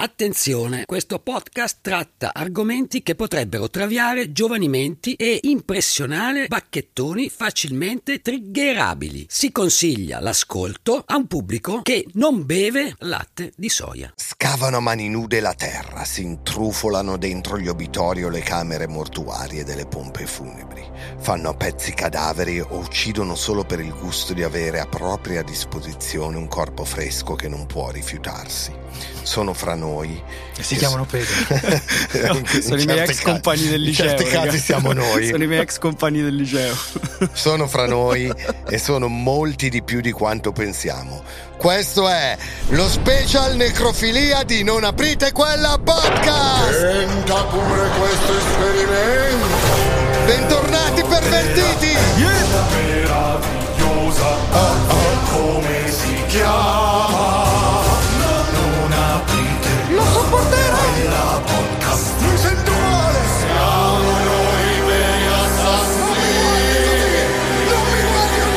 Attenzione, questo podcast tratta argomenti che potrebbero traviare giovani menti e impressionare bacchettoni facilmente triggerabili. Si consiglia l'ascolto a un pubblico che non beve latte di soia. Scavano a mani nude la terra, si intrufolano dentro gli obitori o le camere mortuarie delle pompe funebri, fanno a pezzi cadaveri o uccidono solo per il gusto di avere a propria disposizione un corpo fresco che non può rifiutarsi. Sono fra noi. Si chiamano Pedro. Sono i miei ex compagni del liceo. In certi casi siamo noi. Sono i miei ex compagni del liceo. Sono fra noi e sono molti di più di quanto pensiamo. Questo è lo special necrofilia di Non aprite quella podcast. Tenta pure questo esperimento. Bentornati pervertiti. Meravigliosa. Come si chiama? Non aprite. Lo sopporterò. Quella podcast. Mi sento male. Siamo noi veri assassini. Non mi guardi un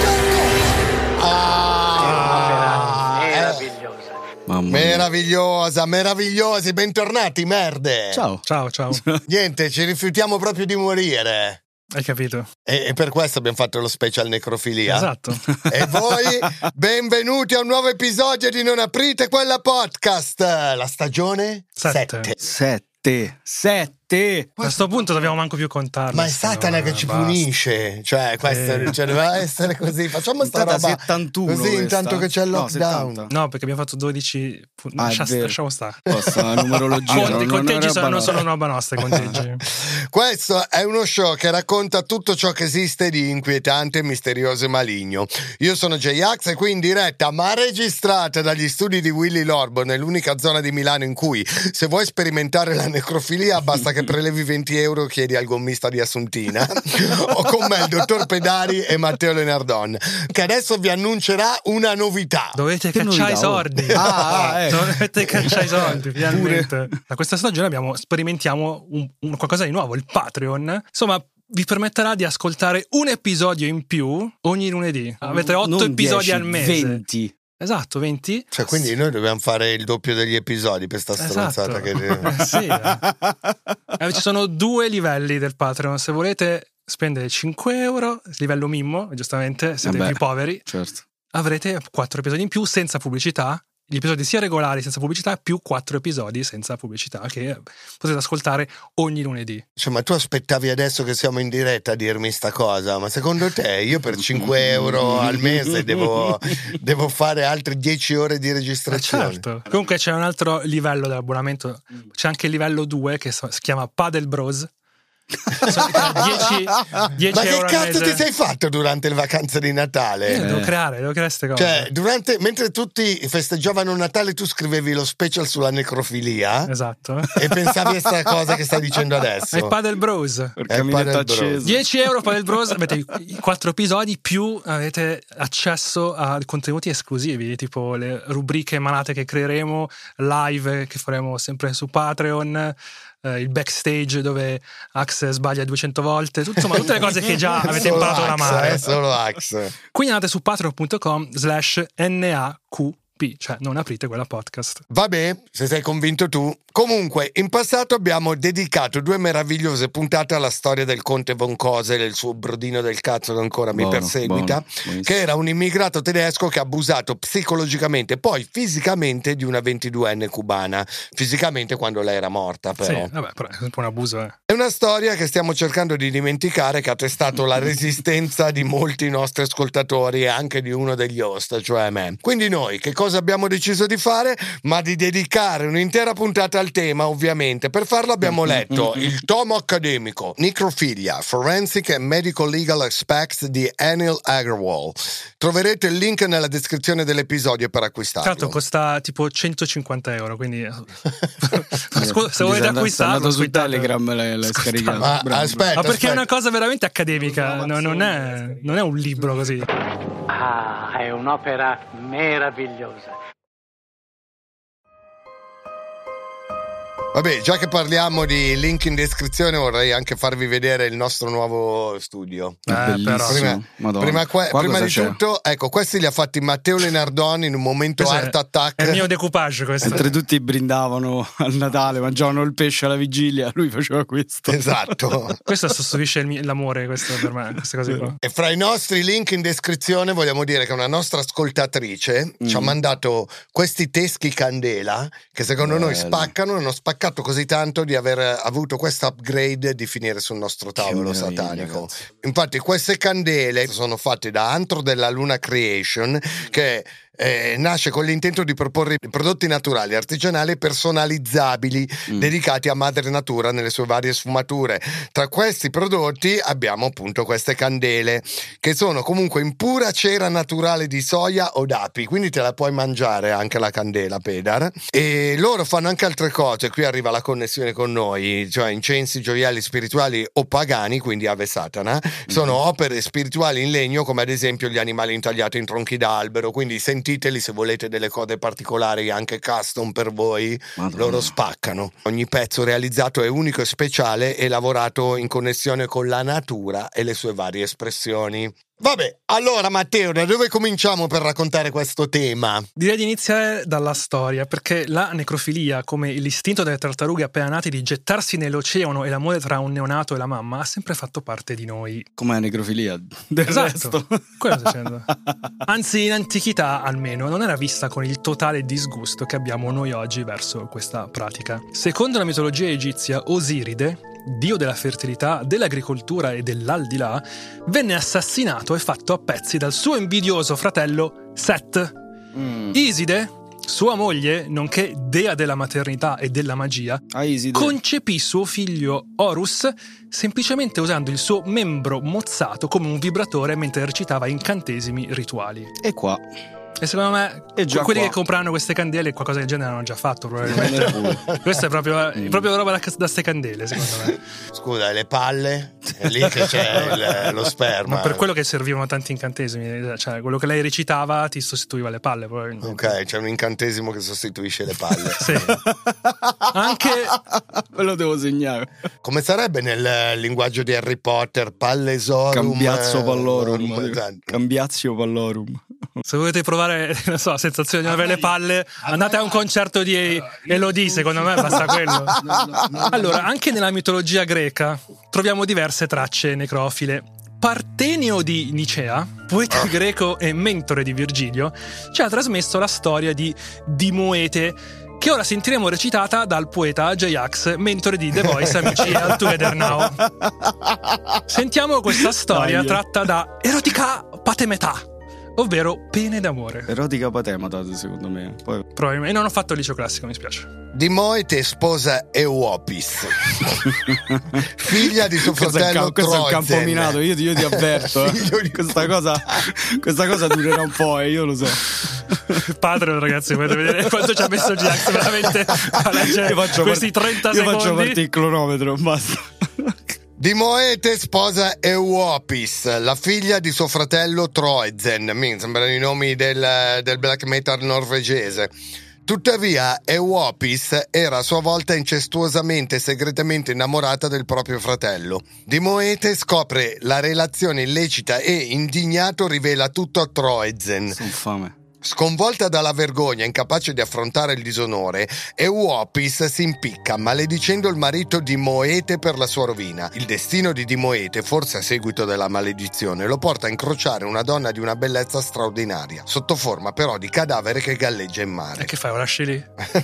Mamma mia. meravigliosi, bentornati merde. Ciao. Niente, ci rifiutiamo proprio di morire. Hai capito? E per questo abbiamo fatto lo special necrofilia. Esatto. E voi, benvenuti a un nuovo episodio di Non aprite quella podcast. La stagione 7. 7. A questo punto dobbiamo manco più contarlo. Ma è Satana che ci basta. punisce. Cioè, questo cioè, doveva essere così. Facciamo sta Puntata roba 71 così questa. intanto che c'è il No, lockdown. 70. No, perché abbiamo fatto 12. Lasciamo stare. La numerologia. I conteggi non sono roba nostra. I conteggi. Questo è uno show che racconta tutto ciò che esiste di inquietante, misterioso e maligno. Io sono J-Ax e qui in diretta, ma registrata dagli studi di Willy Lorbo, nell'unica zona di Milano in cui, se vuoi sperimentare la necrofilia, basta che prelevi 20 euro e chiedi al gommista di Assuntina. Ho con me il dottor Pedari e Matteo Lenardon, che adesso vi annuncerà una novità. Dovete cacciare i soldi. Dovete cacciare i soldi, finalmente. Da questa stagione sperimentiamo un qualcosa di nuovo, il Patreon. Insomma, vi permetterà di ascoltare un episodio in più ogni lunedì. Avete 8 episodi 10, al mese. 20. Esatto, 20. Cioè, quindi noi dobbiamo fare il doppio degli episodi per sta stronzata. Esatto. Sì. Ci sono 2 livelli del Patreon. Se volete spendere 5 euro, livello Mimmo, giustamente, siete più poveri, Certo. avrete 4 episodi in più senza pubblicità. Gli episodi sia regolari senza pubblicità più 4 episodi senza pubblicità che potete ascoltare ogni lunedì. Cioè, ma tu aspettavi adesso che siamo in diretta a dirmi sta cosa? Ma secondo te io per 5 euro al mese devo fare altre 10 ore di registrazione? Certo. Comunque c'è un altro livello dell'abbonamento, c'è anche il livello 2 che si chiama Paddle Bros. 10 Ma che euro al cazzo mese. ti sei fatto durante le vacanze di Natale? Devo creare queste cose. Cioè, mentre tutti festeggiavano Natale, tu scrivevi lo special sulla necrofilia Esatto. e pensavi a questa cosa che stai dicendo adesso. È Paddle Bros. Il caminetto Paddle acceso. 10 euro Paddle Bros. Avete i 4 episodi più avete accesso a contenuti esclusivi, tipo le rubriche malate che creeremo, live che faremo sempre su Patreon, il backstage dove Ax sbaglia 200 volte, insomma tutte le cose che già avete Solo imparato a Axe, amare. solo Axe. Quindi andate su patreon.com/NAQP, cioè Non aprite quella podcast. Vabbè, se sei convinto tu. Comunque, in passato abbiamo dedicato 2 meravigliose puntate alla storia del conte von Cosel e il suo brodino del cazzo che ancora mi perseguita, che era un immigrato tedesco che ha abusato psicologicamente e poi fisicamente di una 22enne cubana. Fisicamente quando lei era morta, però. Sì, vabbè, però è sempre un abuso. È una storia che stiamo cercando di dimenticare, che ha testato la resistenza di molti nostri ascoltatori e anche di uno degli host, cioè me. Quindi noi che cosa abbiamo deciso di fare? Ma di dedicare un'intera puntata al tema, ovviamente. Per farlo abbiamo letto il tomo accademico Necrophilia, Forensic and Medical Legal Aspects di Anil Agarwal. Troverete il link nella descrizione dell'episodio per acquistarlo. Tanto costa tipo 150 euro, quindi se volete acquistarlo su Telegram l'hai scaricato. Ma aspetta, perché è una cosa veramente accademica, non è un libro così. È un'opera meravigliosa. Vabbè, già che parliamo di link in descrizione, vorrei anche farvi vedere il nostro nuovo studio. Bellissimo. Prima di tutto, ecco, questi li ha fatti Matteo Lenardoni in un momento Questo Art Attack. È il mio decoupage questo. Mentre tutti brindavano al Natale, mangiavano il pesce alla vigilia, lui faceva questo. Esatto. Questo sostituisce l'amore, questo per me, queste cose qua. E fra i nostri link in descrizione vogliamo dire che una nostra ascoltatrice ci ha mandato questi teschi candela che secondo noi spaccano, e hanno spaccato così tanto di aver avuto questo upgrade di finire sul nostro tavolo satanico. Ragazzi. Infatti queste candele sono fatte da Antro della Luna Creation, che nasce con l'intento di proporre prodotti naturali, artigianali e personalizzabili dedicati a madre natura nelle sue varie sfumature. Tra questi prodotti abbiamo appunto queste candele che sono comunque in pura cera naturale di soia o d'api, quindi te la puoi mangiare anche la candela, Pedar. E loro fanno anche altre cose, qui arriva la connessione con noi, cioè incensi, gioielli spirituali o pagani, quindi Ave Satana. Sono opere spirituali in legno, come ad esempio gli animali intagliati in tronchi d'albero, quindi sentiteli se volete delle cose particolari anche custom per voi. Madonna. Loro spaccano. Ogni pezzo realizzato è unico e speciale e lavorato in connessione con la natura e le sue varie espressioni. Vabbè, allora Matteo, da dove cominciamo per raccontare questo tema? Direi di iniziare dalla storia, perché la necrofilia, come l'istinto delle tartarughe appena nate di gettarsi nell'oceano e l'amore tra un neonato e la mamma, ha sempre fatto parte di noi. Come la necrofilia del resto. Quello sto dicendo. Anzi, in antichità almeno non era vista con il totale disgusto che abbiamo noi oggi verso questa pratica. Secondo la mitologia egizia, Osiride, dio della fertilità, dell'agricoltura e dell'aldilà, venne assassinato e fatto a pezzi dal suo invidioso fratello Set. Iside, sua moglie, nonché dea della maternità e della magia, concepì suo figlio Horus semplicemente usando il suo membro mozzato come un vibratore mentre recitava incantesimi rituali. E qua. E secondo me quelli che compreranno queste candele qualcosa del genere hanno già fatto probabilmente. Questa è proprio roba da ste candele, secondo me. Scusa, le palle? È lì che c'è lo sperma. Ma per quello che servivano tanti incantesimi, cioè quello che lei recitava ti sostituiva le palle probabilmente. Ok, c'è un incantesimo che sostituisce le palle. Sì. Anche me lo devo segnare. Come sarebbe nel linguaggio di Harry Potter? Pallesorum, Cambiazzo pallorum. Cambiazio pallorum. Se volete provare, non so, la sensazione di non avere le palle, andate a un concerto di Elodie, secondo me basta quello. Allora, anche nella mitologia greca troviamo diverse tracce necrofile. Partenio di Nicea, poeta greco e mentore di Virgilio, ci ha trasmesso la storia di Dimoete, che ora sentiremo recitata dal poeta Ajax, mentore di The Voice, amici All Together Now. Sentiamo questa storia tratta da Erotica Patemetà, ovvero pene d'amore. Erotica patemata, secondo me. Poi... probabilmente. E non ho fatto il liceo classico, mi spiace. Dimoete sposa Euopis, figlia di suo fratello Troizen. Questo è un campo minato, io ti avverto. Questa cosa durerà un po', io lo so. Padre, ragazzi, potete vedere quanto ci ha messo Jax veramente a leggere questi 30 secondi. Io faccio partire il cronometro, basta. Dimoete sposa Euopis, la figlia di suo fratello Troizen. Mi sembrano i nomi del black metal norvegese. Tuttavia Euopis era a sua volta incestuosamente e segretamente innamorata del proprio fratello. Dimoete scopre la relazione illecita e, indignato, rivela tutto a Troizen. Sono fame. Sconvolta dalla vergogna, incapace di affrontare il disonore, Euopis si impicca, maledicendo il marito Dimoete per la sua rovina. Il destino di Dimoete, forse a seguito della maledizione, lo porta a incrociare una donna di una bellezza straordinaria, sotto forma però di cadavere che galleggia in mare. E che fai, lo lasci lì?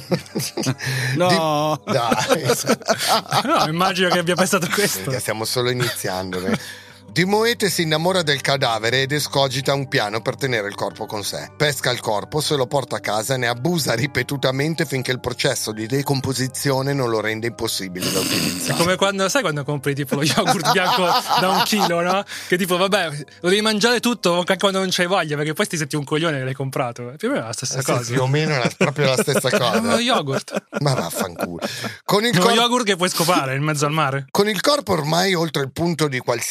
No! Dai. No, immagino che abbia pensato questo. Stiamo solo iniziando. Dimoete si innamora del cadavere ed escogita un piano per tenere il corpo con sé. Pesca il corpo, se lo porta a casa e ne abusa ripetutamente finché il processo di decomposizione non lo rende impossibile da utilizzare. È come quando, sai quando compri tipo lo yogurt bianco da 1 chilo, no? Che tipo, vabbè, lo devi mangiare tutto anche quando non c'hai voglia, perché poi ti senti un coglione che l'hai comprato. Più o meno è la stessa cosa. Più o meno è proprio la stessa cosa. Lo yogurt. Ma vaffanculo. Lo yogurt che puoi scopare in mezzo al mare. Con il corpo ormai oltre il punto di qualsiasi utilizzo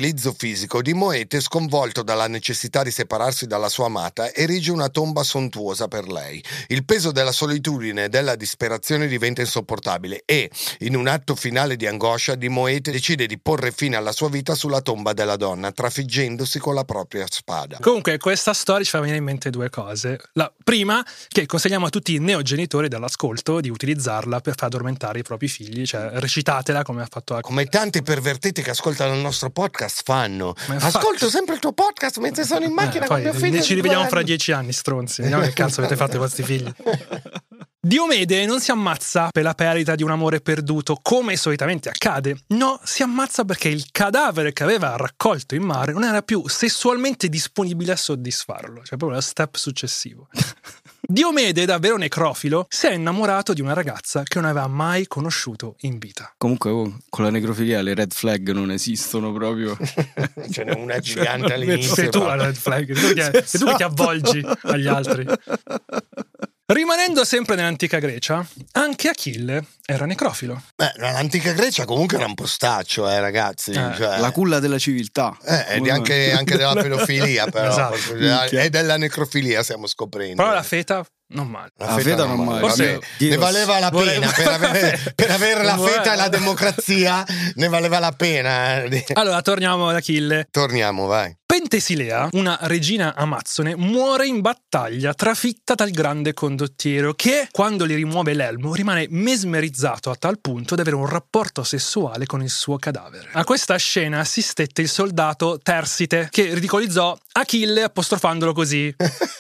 l'immobilizzo fisico di Moete, sconvolto dalla necessità di separarsi dalla sua amata, erige una tomba sontuosa per lei. Il peso della solitudine e della disperazione diventa insopportabile e, in un atto finale di angoscia, di Moete decide di porre fine alla sua vita sulla tomba della donna, trafiggendosi con la propria spada. Comunque questa storia ci fa venire in mente due cose. La prima, che consigliamo a tutti i neogenitori dall'ascolto di utilizzarla per far addormentare i propri figli, cioè recitatela come ha fatto come tanti pervertiti che ascoltano il nostro podcast fanno. Infatti... Ascolto sempre il tuo podcast mentre sono in macchina con mio figlio. Ci rivediamo fra 10 anni, stronzi. Vediamo che cazzo avete fatto ai vostri figli. Diomede non si ammazza per la perdita di un amore perduto, come solitamente accade. No, si ammazza perché il cadavere che aveva raccolto in mare non era più sessualmente disponibile a soddisfarlo, cioè proprio lo step successivo. Diomede, davvero necrofilo, si è innamorato di una ragazza che non aveva mai conosciuto in vita. Comunque con la necrofilia le red flag non esistono proprio. Ce n'è una gigante all'inizio. Sei tu la red flag, sei tu che ti avvolgi agli altri. Rimanendo sempre nell'antica Grecia, anche Achille era necrofilo. L'antica Grecia comunque era un postaccio, ragazzi. Cioè... La culla della civiltà. Ed anche della pedofilia, però. Esatto. E della necrofilia stiamo scoprendo. Però la feta non male. La feta non male. Forse ne valeva la pena per avere la feta e la democrazia, ne valeva la pena. Allora torniamo ad Achille. Torniamo, vai. Pentesilea, una regina amazzone, muore in battaglia trafitta dal grande condottiero che, quando gli rimuove l'elmo, rimane mesmerizzato a tal punto da avere un rapporto sessuale con il suo cadavere. A questa scena assistette il soldato Tersite, che ridicolizzò Achille apostrofandolo così.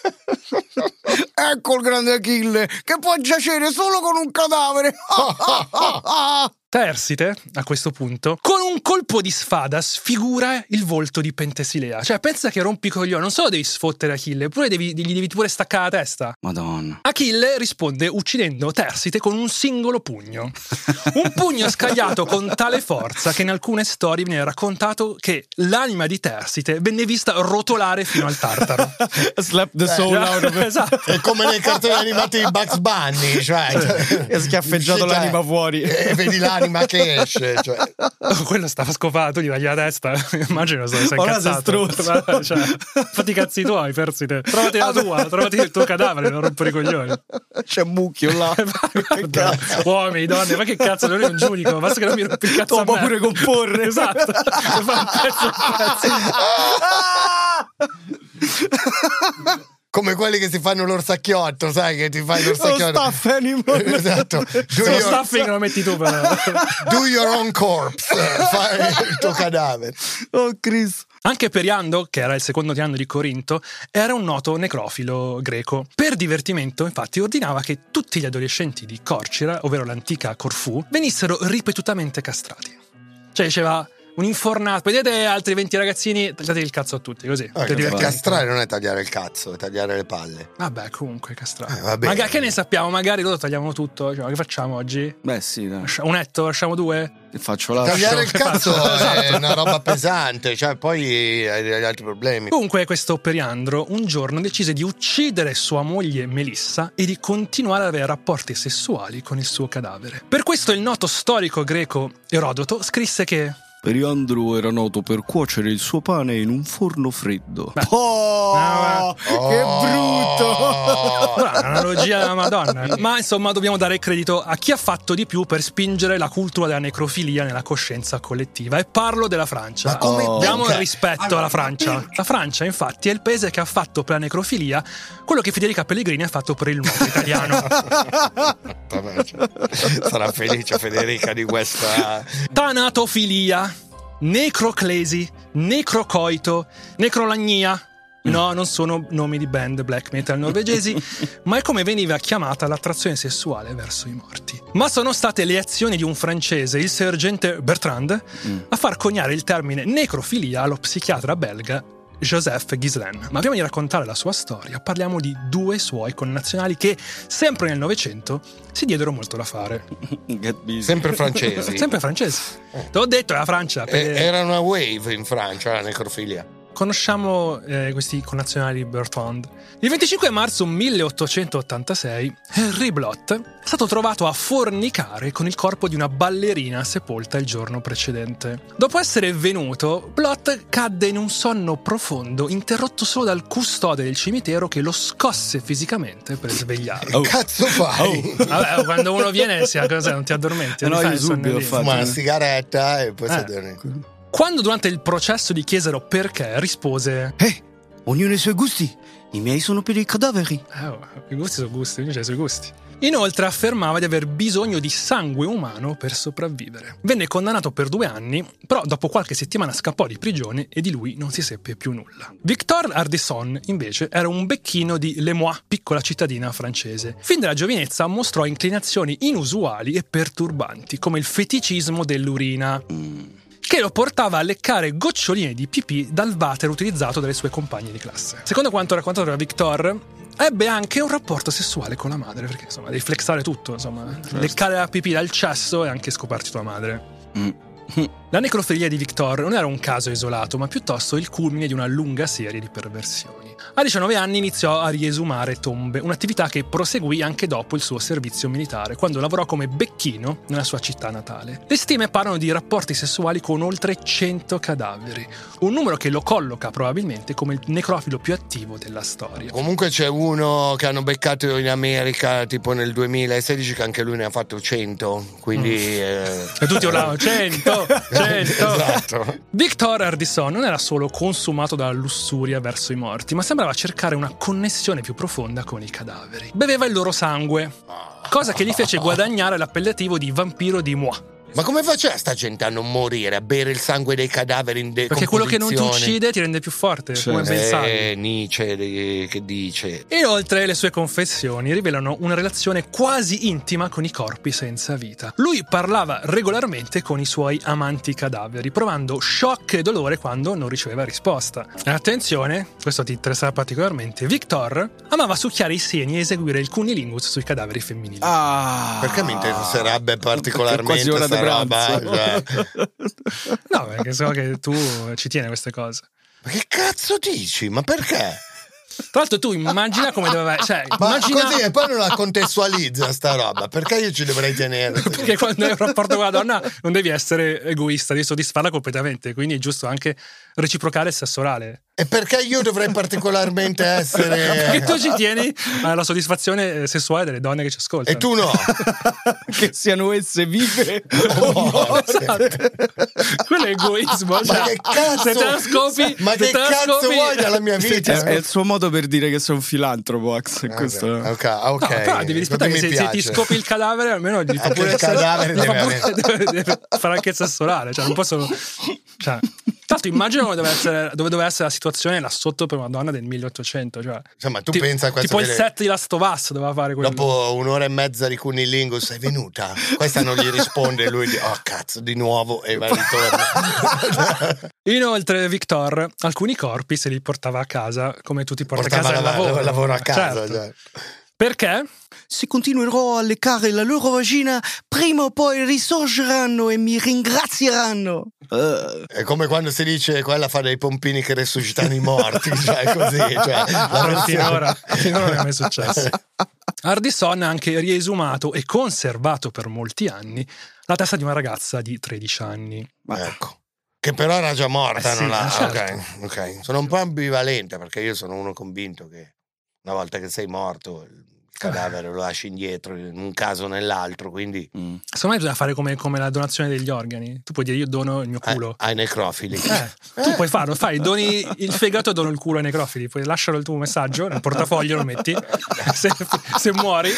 Ecco il grande Achille, che può giacere solo con un cadavere. Tersite, a questo punto, con un colpo di spada sfigura il volto di Pentesilea. Cioè, pensa che rompicoglione, non solo devi sfottere Achille, pure gli devi pure staccare la testa. Madonna. Achille risponde uccidendo Tersite con un singolo pugno. Un pugno scagliato con tale forza che in alcune storie viene raccontato che l'anima di Tersite venne vista rotolare fino al Tartaro. Slap the soul out of it. Esatto. È come nei cartoni animati di Bugs Bunny, cioè è schiaffeggiato l'anima fuori e vedi l'anima che esce, cioè. Quello stava scopato, gli tagli la testa. Immagino sei incazzato. Cioè, fatti i cazzi tuoi, Tersite. Trovati la tua, trovati il tuo cadavere, non rompere i coglioni. C'è un mucchio là. Guarda, uomini, donne, ma che cazzo, non è un giudico, basta che non mi rompi il cazzo. Lo può pure comporre. Esatto. Per fare un pezzo. Come quelli che si fanno l'orsacchiotto, sai che ti fai l'orsacchiotto. Lo stuff animal. Esatto. Lo stuffing lo metti tu però. Do your own corpse. Fai il tuo cadavere. Oh Cristo. Anche Periando, che era il secondo tiranno di Corinto, era un noto necrofilo greco. Per divertimento, infatti, ordinava che tutti gli adolescenti di Corcira, ovvero l'antica Corfù, venissero ripetutamente castrati. Cioè diceva... un infornato, vedete altri 20 ragazzini, tagliate il cazzo a tutti, così. Castrare non è tagliare il cazzo, è tagliare le palle. Vabbè, comunque castrare. Magari, che ne sappiamo, magari loro tagliamo tutto. Cioè, che facciamo oggi? Beh sì, dai. Un etto, lasciamo due? Che faccio là? Tagliare il cazzo Esatto. è una roba pesante, cioè poi hai degli altri problemi. Comunque questo Periandro un giorno decise di uccidere sua moglie Melissa e di continuare ad avere rapporti sessuali con il suo cadavere. Per questo il noto storico greco Erodoto scrisse che Periandro era noto per cuocere il suo pane in un forno freddo. Beh. Che brutto! Un'analogia della Madonna. Ma insomma dobbiamo dare credito a chi ha fatto di più per spingere la cultura della necrofilia nella coscienza collettiva. E parlo della Francia. Ma come Diamo il perché? rispetto alla Francia. La Francia infatti è il paese che ha fatto per la necrofilia quello che Federica Pellegrini ha fatto per il nuovo italiano. Sarà felice Federica di questa Tanatofilia, necroclesi, necrocoito, necrolagnia. No, non sono nomi di band black metal norvegesi, ma è come veniva chiamata l'attrazione sessuale verso i morti. Ma sono state le azioni di un francese, il sergente Bertrand, a far coniare il termine necrofilia allo psichiatra belga Joseph Ghislain. Ma prima di raccontare la sua storia, parliamo di due suoi connazionali che, sempre nel Novecento, si diedero molto da fare. sempre francesi. Sempre francesi. Te l'ho detto, è la Francia. Era una wave in Francia la necrofilia. conosciamo questi connazionali di Bertrand. Il 25 marzo 1886 Henry Blot è stato trovato a fornicare con il corpo di una ballerina sepolta il giorno precedente. Dopo essere venuto, Blot cadde in un sonno profondo, interrotto solo dal custode del cimitero che lo scosse fisicamente per svegliarlo. Che cazzo fai? Vabbè, quando uno viene non ti addormenti. No, fai io il subito sonno ho lì. fatto. Fuma una sigaretta e poi si addormenta. Quando durante il processo gli chiesero perché, rispose: Ognuno ha i suoi gusti. I miei sono per i cadaveri. i gusti sono gusti, ognuno ha i suoi gusti. Inoltre affermava di aver bisogno di sangue umano per sopravvivere. Venne condannato per 2 anni, però dopo qualche settimana scappò di prigione e di lui non si seppe più nulla. Victor Ardisson, invece, era un becchino di Le Mois, piccola cittadina francese. Fin dalla giovinezza mostrò inclinazioni inusuali e perturbanti, come il feticismo dell'urina, che lo portava a leccare goccioline di pipì dal water utilizzato dalle sue compagne di classe. Secondo quanto raccontato da Victor, ebbe anche un rapporto sessuale con la madre, perché insomma devi flexare tutto, insomma, leccare la pipì dal cesso e anche scoparti tua madre. La necrofilia di Victor non era un caso isolato, ma piuttosto il culmine di una lunga serie di perversioni. A 19 anni iniziò a riesumare tombe, un'attività che proseguì anche dopo il suo servizio militare, quando lavorò come becchino nella sua città natale. Le stime parlano di rapporti sessuali con oltre 100 cadaveri, un numero che lo colloca probabilmente come il necrofilo più attivo della storia. Comunque c'è uno che hanno beccato in America tipo nel 2016 che anche lui ne ha fatto 100, quindi E tutti urlavano 100! Esatto. Victor Ardisson non era solo consumato dalla lussuria verso i morti, ma sembrava cercare una connessione più profonda con i cadaveri. Beveva il loro sangue, cosa che gli fece guadagnare l'appellativo di vampiro di Mois. Ma come faceva sta gente a non morire, a bere il sangue dei cadaveri in decomposizione? Perché quello che non ti uccide ti rende più forte, come ben sai. Nietzsche che dice. Inoltre le sue confessioni rivelano una relazione quasi intima con i corpi senza vita. Lui parlava regolarmente con i suoi amanti cadaveri, provando shock e dolore quando non riceveva risposta. E attenzione, questo ti interesserà particolarmente, Victor amava succhiare i seni e eseguire il cunnilingus sui cadaveri femminili. Perché mi interesserebbe particolarmente ora di sta roba? No, perché so che tu ci tieni a queste cose. Ma che cazzo dici? Ma perché? Tra l'altro tu immagina come doveva... Cioè, Ma immagina... così e poi non la contestualizza sta roba. Perché io ci dovrei tenere? Perché quando hai un rapporto con la donna non devi essere egoista, devi soddisfarla completamente, quindi è giusto anche reciprocare il sesso orale. E perché io dovrei particolarmente essere... Perché tu ci tieni alla soddisfazione sessuale delle donne che ci ascoltano. E tu no? Che siano esse vive o morte. Quello è egoismo. Ma che cazzo? Se te la scopi, Ma che cazzo vuoi dalla mia vita? È il suo modo per dire che sei un filantropo, Ax. Questo... Ok. No, però devi rispettare che se ti scopi il cadavere almeno gli fa pure il cadavere deve fare anche il sesso orale, cioè non posso... Cioè, tanto immagino dove doveva essere la situazione là sotto per una donna del 1800, cioè, insomma, tu pensa a questo, tipo il set di Last of Us doveva fare quello. Dopo un'ora e mezza di cunnilingus è venuta, questa non gli risponde, lui dice oh cazzo di nuovo e va ritorno. Inoltre Victor alcuni corpi se li portava a casa come tu ti porti a casa il lavoro a casa, certo. cioè. Perché? Se continuerò a leccare la loro vagina, prima o poi risorgeranno e mi ringrazieranno. È come quando si dice quella fa dei pompini che resuscitano i morti, cioè così, cioè, finora non è mai successo. Ardisson ha anche riesumato e conservato per molti anni la testa di una ragazza di 13 anni. Ecco. Che però era già morta, sì, non la... certo. Ok. Sono un po' ambivalente perché io sono uno convinto che una volta che sei morto il cadavere lo lasci indietro in un caso o nell'altro, quindi secondo me bisogna fare come la donazione degli organi. Tu puoi dire io dono il mio culo ai necrofili. Tu puoi farlo, doni il fegato e dono il culo ai necrofili, poi lascialo il tuo messaggio nel portafoglio, lo metti, se muori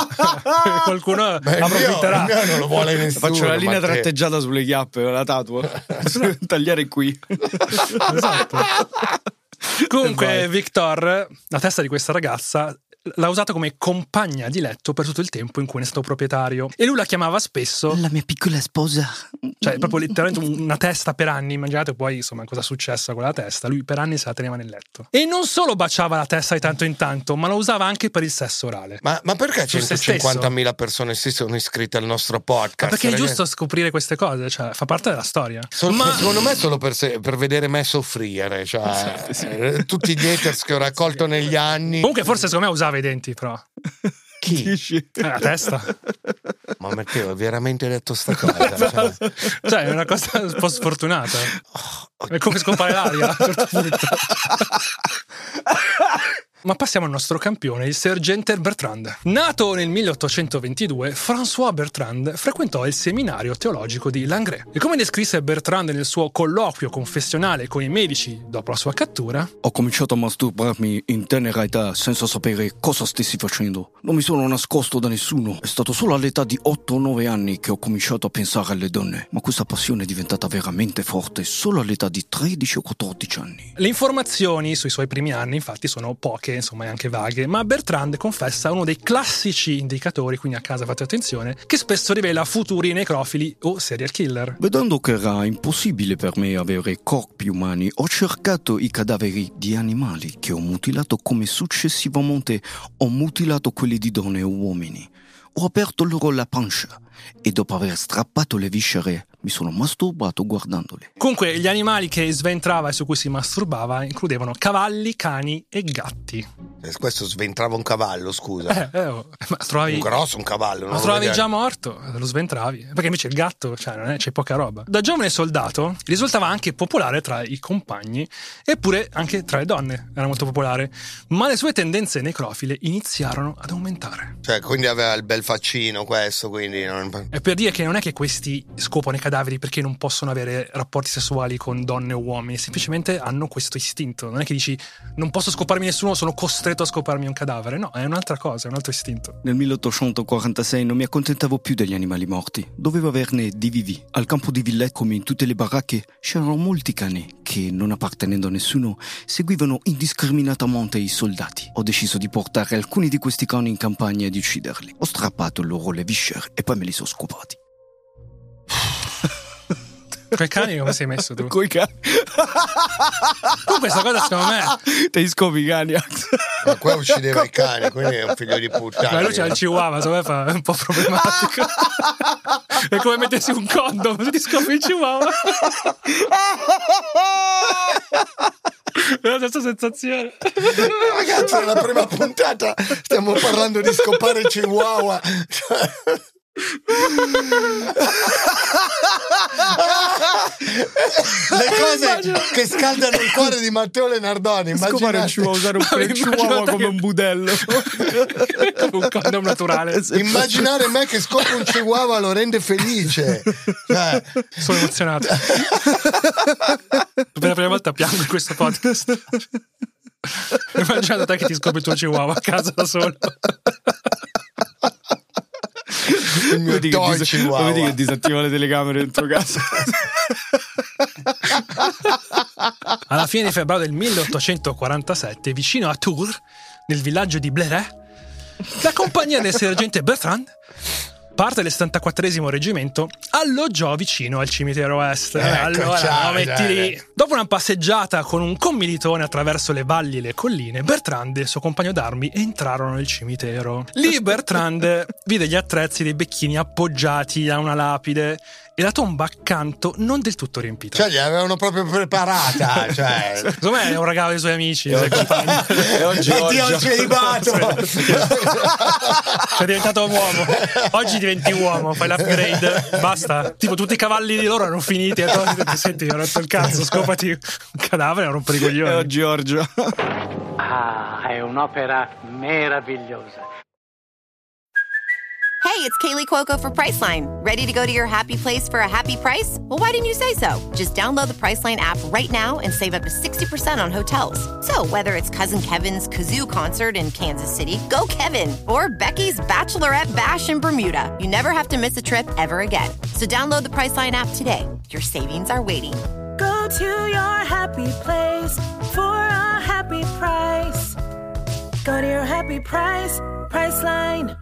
qualcuno approfitterà. Il mio non lo vuole nessuno. Faccio la linea tratteggiata sulle chiappe, la tatuo. Tagliare qui. Esatto. Comunque Victor, la testa di questa ragazza l'ha usata come compagna di letto per tutto il tempo in cui ne è stato proprietario. E lui la chiamava spesso La mia piccola sposa. cioè proprio letteralmente una testa per anni. Immaginate poi insomma cosa è successo a quella testa. Lui per anni se la teneva nel letto. E non solo baciava la testa di tanto in tanto, ma la usava anche per il sesso orale. Ma perché Su se stesso. 150.000 persone si sono iscritte al nostro podcast? Ma perché è ragazzi? giusto scoprire queste cose, cioè fa parte della storia. Secondo me solo per vedere me soffrire, cioè tutti gli haters che ho raccolto negli anni. Comunque forse secondo me usava i denti però. Chi? Dici? La testa. Ma Matteo, hai veramente detto sta cosa? Cioè è una cosa un po' sfortunata. È come scopare l'aria a un certo punto. Ma passiamo al nostro campione, il sergente Bertrand. Nato nel 1822, François Bertrand frequentò il seminario teologico di Langres. E come descrisse Bertrand nel suo colloquio confessionale con i medici dopo la sua cattura: Ho cominciato a masturbarmi in tenera età senza sapere cosa stessi facendo. Non mi sono nascosto da nessuno. È stato solo all'età di 8 o 9 anni che ho cominciato a pensare alle donne. Ma questa passione è diventata veramente forte solo all'età di 13 o 14 anni. Le informazioni sui suoi primi anni infatti sono poche, insomma, e anche vaghe, ma Bertrand confessa uno dei classici indicatori, quindi a casa fate attenzione, che spesso rivela futuri necrofili o serial killer. Vedendo che era impossibile per me avere corpi umani, ho cercato i cadaveri di animali che ho mutilato, come successivamente ho mutilato quelli di donne e uomini. Ho aperto loro la pancia e dopo aver strappato le viscere mi sono masturbato guardandole. Comunque gli animali che sventrava e su cui si masturbava includevano cavalli, cani e gatti. Questo sventrava un cavallo, scusa. Ma trovavi... Un grosso, un cavallo. Lo trovavi già morto, lo sventravi. Perché invece il gatto, cioè, non è, c'è poca roba. Da giovane soldato risultava anche popolare tra i compagni, eppure anche tra le donne era molto popolare. Ma le sue tendenze necrofile iniziarono ad aumentare. Cioè, quindi aveva il bel faccino questo, quindi... È per dire che non è che questi scopano i cadaveri perché non possono avere rapporti sessuali con donne o uomini, semplicemente hanno questo istinto. Non è che dici non posso scoparmi nessuno, sono costretto a scoparmi un cadavere. No, è un'altra cosa, è un altro istinto. Nel 1846 non mi accontentavo più degli animali morti, dovevo averne di vivi. Al campo di Villette, come in tutte le baracche, c'erano molti cani che, non appartenendo a nessuno, seguivano indiscriminatamente i soldati. Ho deciso di portare alcuni di questi cani in campagna e di ucciderli. Ho strappato loro le viscere e poi me li sono scopati. Quei cani come sei messo tu? Coi cani. Tu questa cosa secondo me... Te scopi i cani, Ma qua uccideva i cani, quindi è un figlio di puttana. Ma lui c'ha il chihuahua, secondo me fa un po' problematico. È come mettersi un condom se ti scopi il chihuahua. È la stessa sensazione. Ragazzi, è la prima puntata, stiamo parlando di scopare il chihuahua. Le cose che scaldano il cuore di Matteo Lenardoni. Scopare usare un chihuahua come un budello. Un condom naturale. Immaginare me che scopro un chihuahua lo rende felice. Sono emozionato. Per la prima volta piango in questo podcast. Immaginate te che ti scopri il tuo chihuahua a casa da solo. Il mio chihuahua. Vedi che disattiva le telecamere dentro casa. Alla fine di febbraio del 1847, vicino a Tours, nel villaggio di Bleret, la compagnia del sergente Bertrand, parte del 74esimo reggimento, alloggiò vicino al cimitero est. Allora lo metti lì. Dopo una passeggiata con un commilitone attraverso le valli e le colline, Bertrand e il suo compagno d'armi entrarono nel cimitero. Lì Bertrand vide gli attrezzi dei becchini appoggiati a una lapide e la tomba accanto non del tutto riempita. Cioè, li avevano proprio preparata. Cioè. Secondo me è un regalo dei suoi amici, dei suoi compagni. E oggi Dio celibato. Sei diventato uomo. Oggi diventi uomo, fai l'upgrade, basta. Tipo tutti i cavalli di loro erano finiti e tu senti, ho rotto il cazzo, scopati un cadavere a rompere i coglioni. E Giorgio. Ah, è un'opera meravigliosa. Hey, it's Kaylee Cuoco for Priceline. Ready to go to your happy place for a happy price? Well, why didn't you say so? Just download the Priceline app right now and save up to 60% on hotels. So whether it's Cousin Kevin's Kazoo Concert in Kansas City, go Kevin, or Becky's Bachelorette Bash in Bermuda, you never have to miss a trip ever again. So download the Priceline app today. Your savings are waiting. Go to your happy place for a happy price. Go to your happy price, Priceline.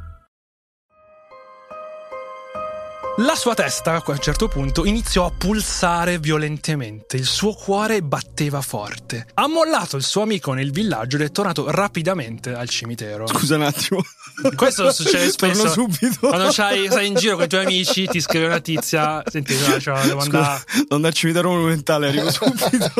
La sua testa, a un certo punto, iniziò a pulsare violentemente. Il suo cuore batteva forte. Ha mollato il suo amico nel villaggio ed è tornato rapidamente al cimitero. Scusa un attimo. Questo succede spesso. Torno subito. Quando sei in giro con i tuoi amici, ti scrive una tizia. Senti, devo andare. Non dal cimitero monumentale, arrivo subito.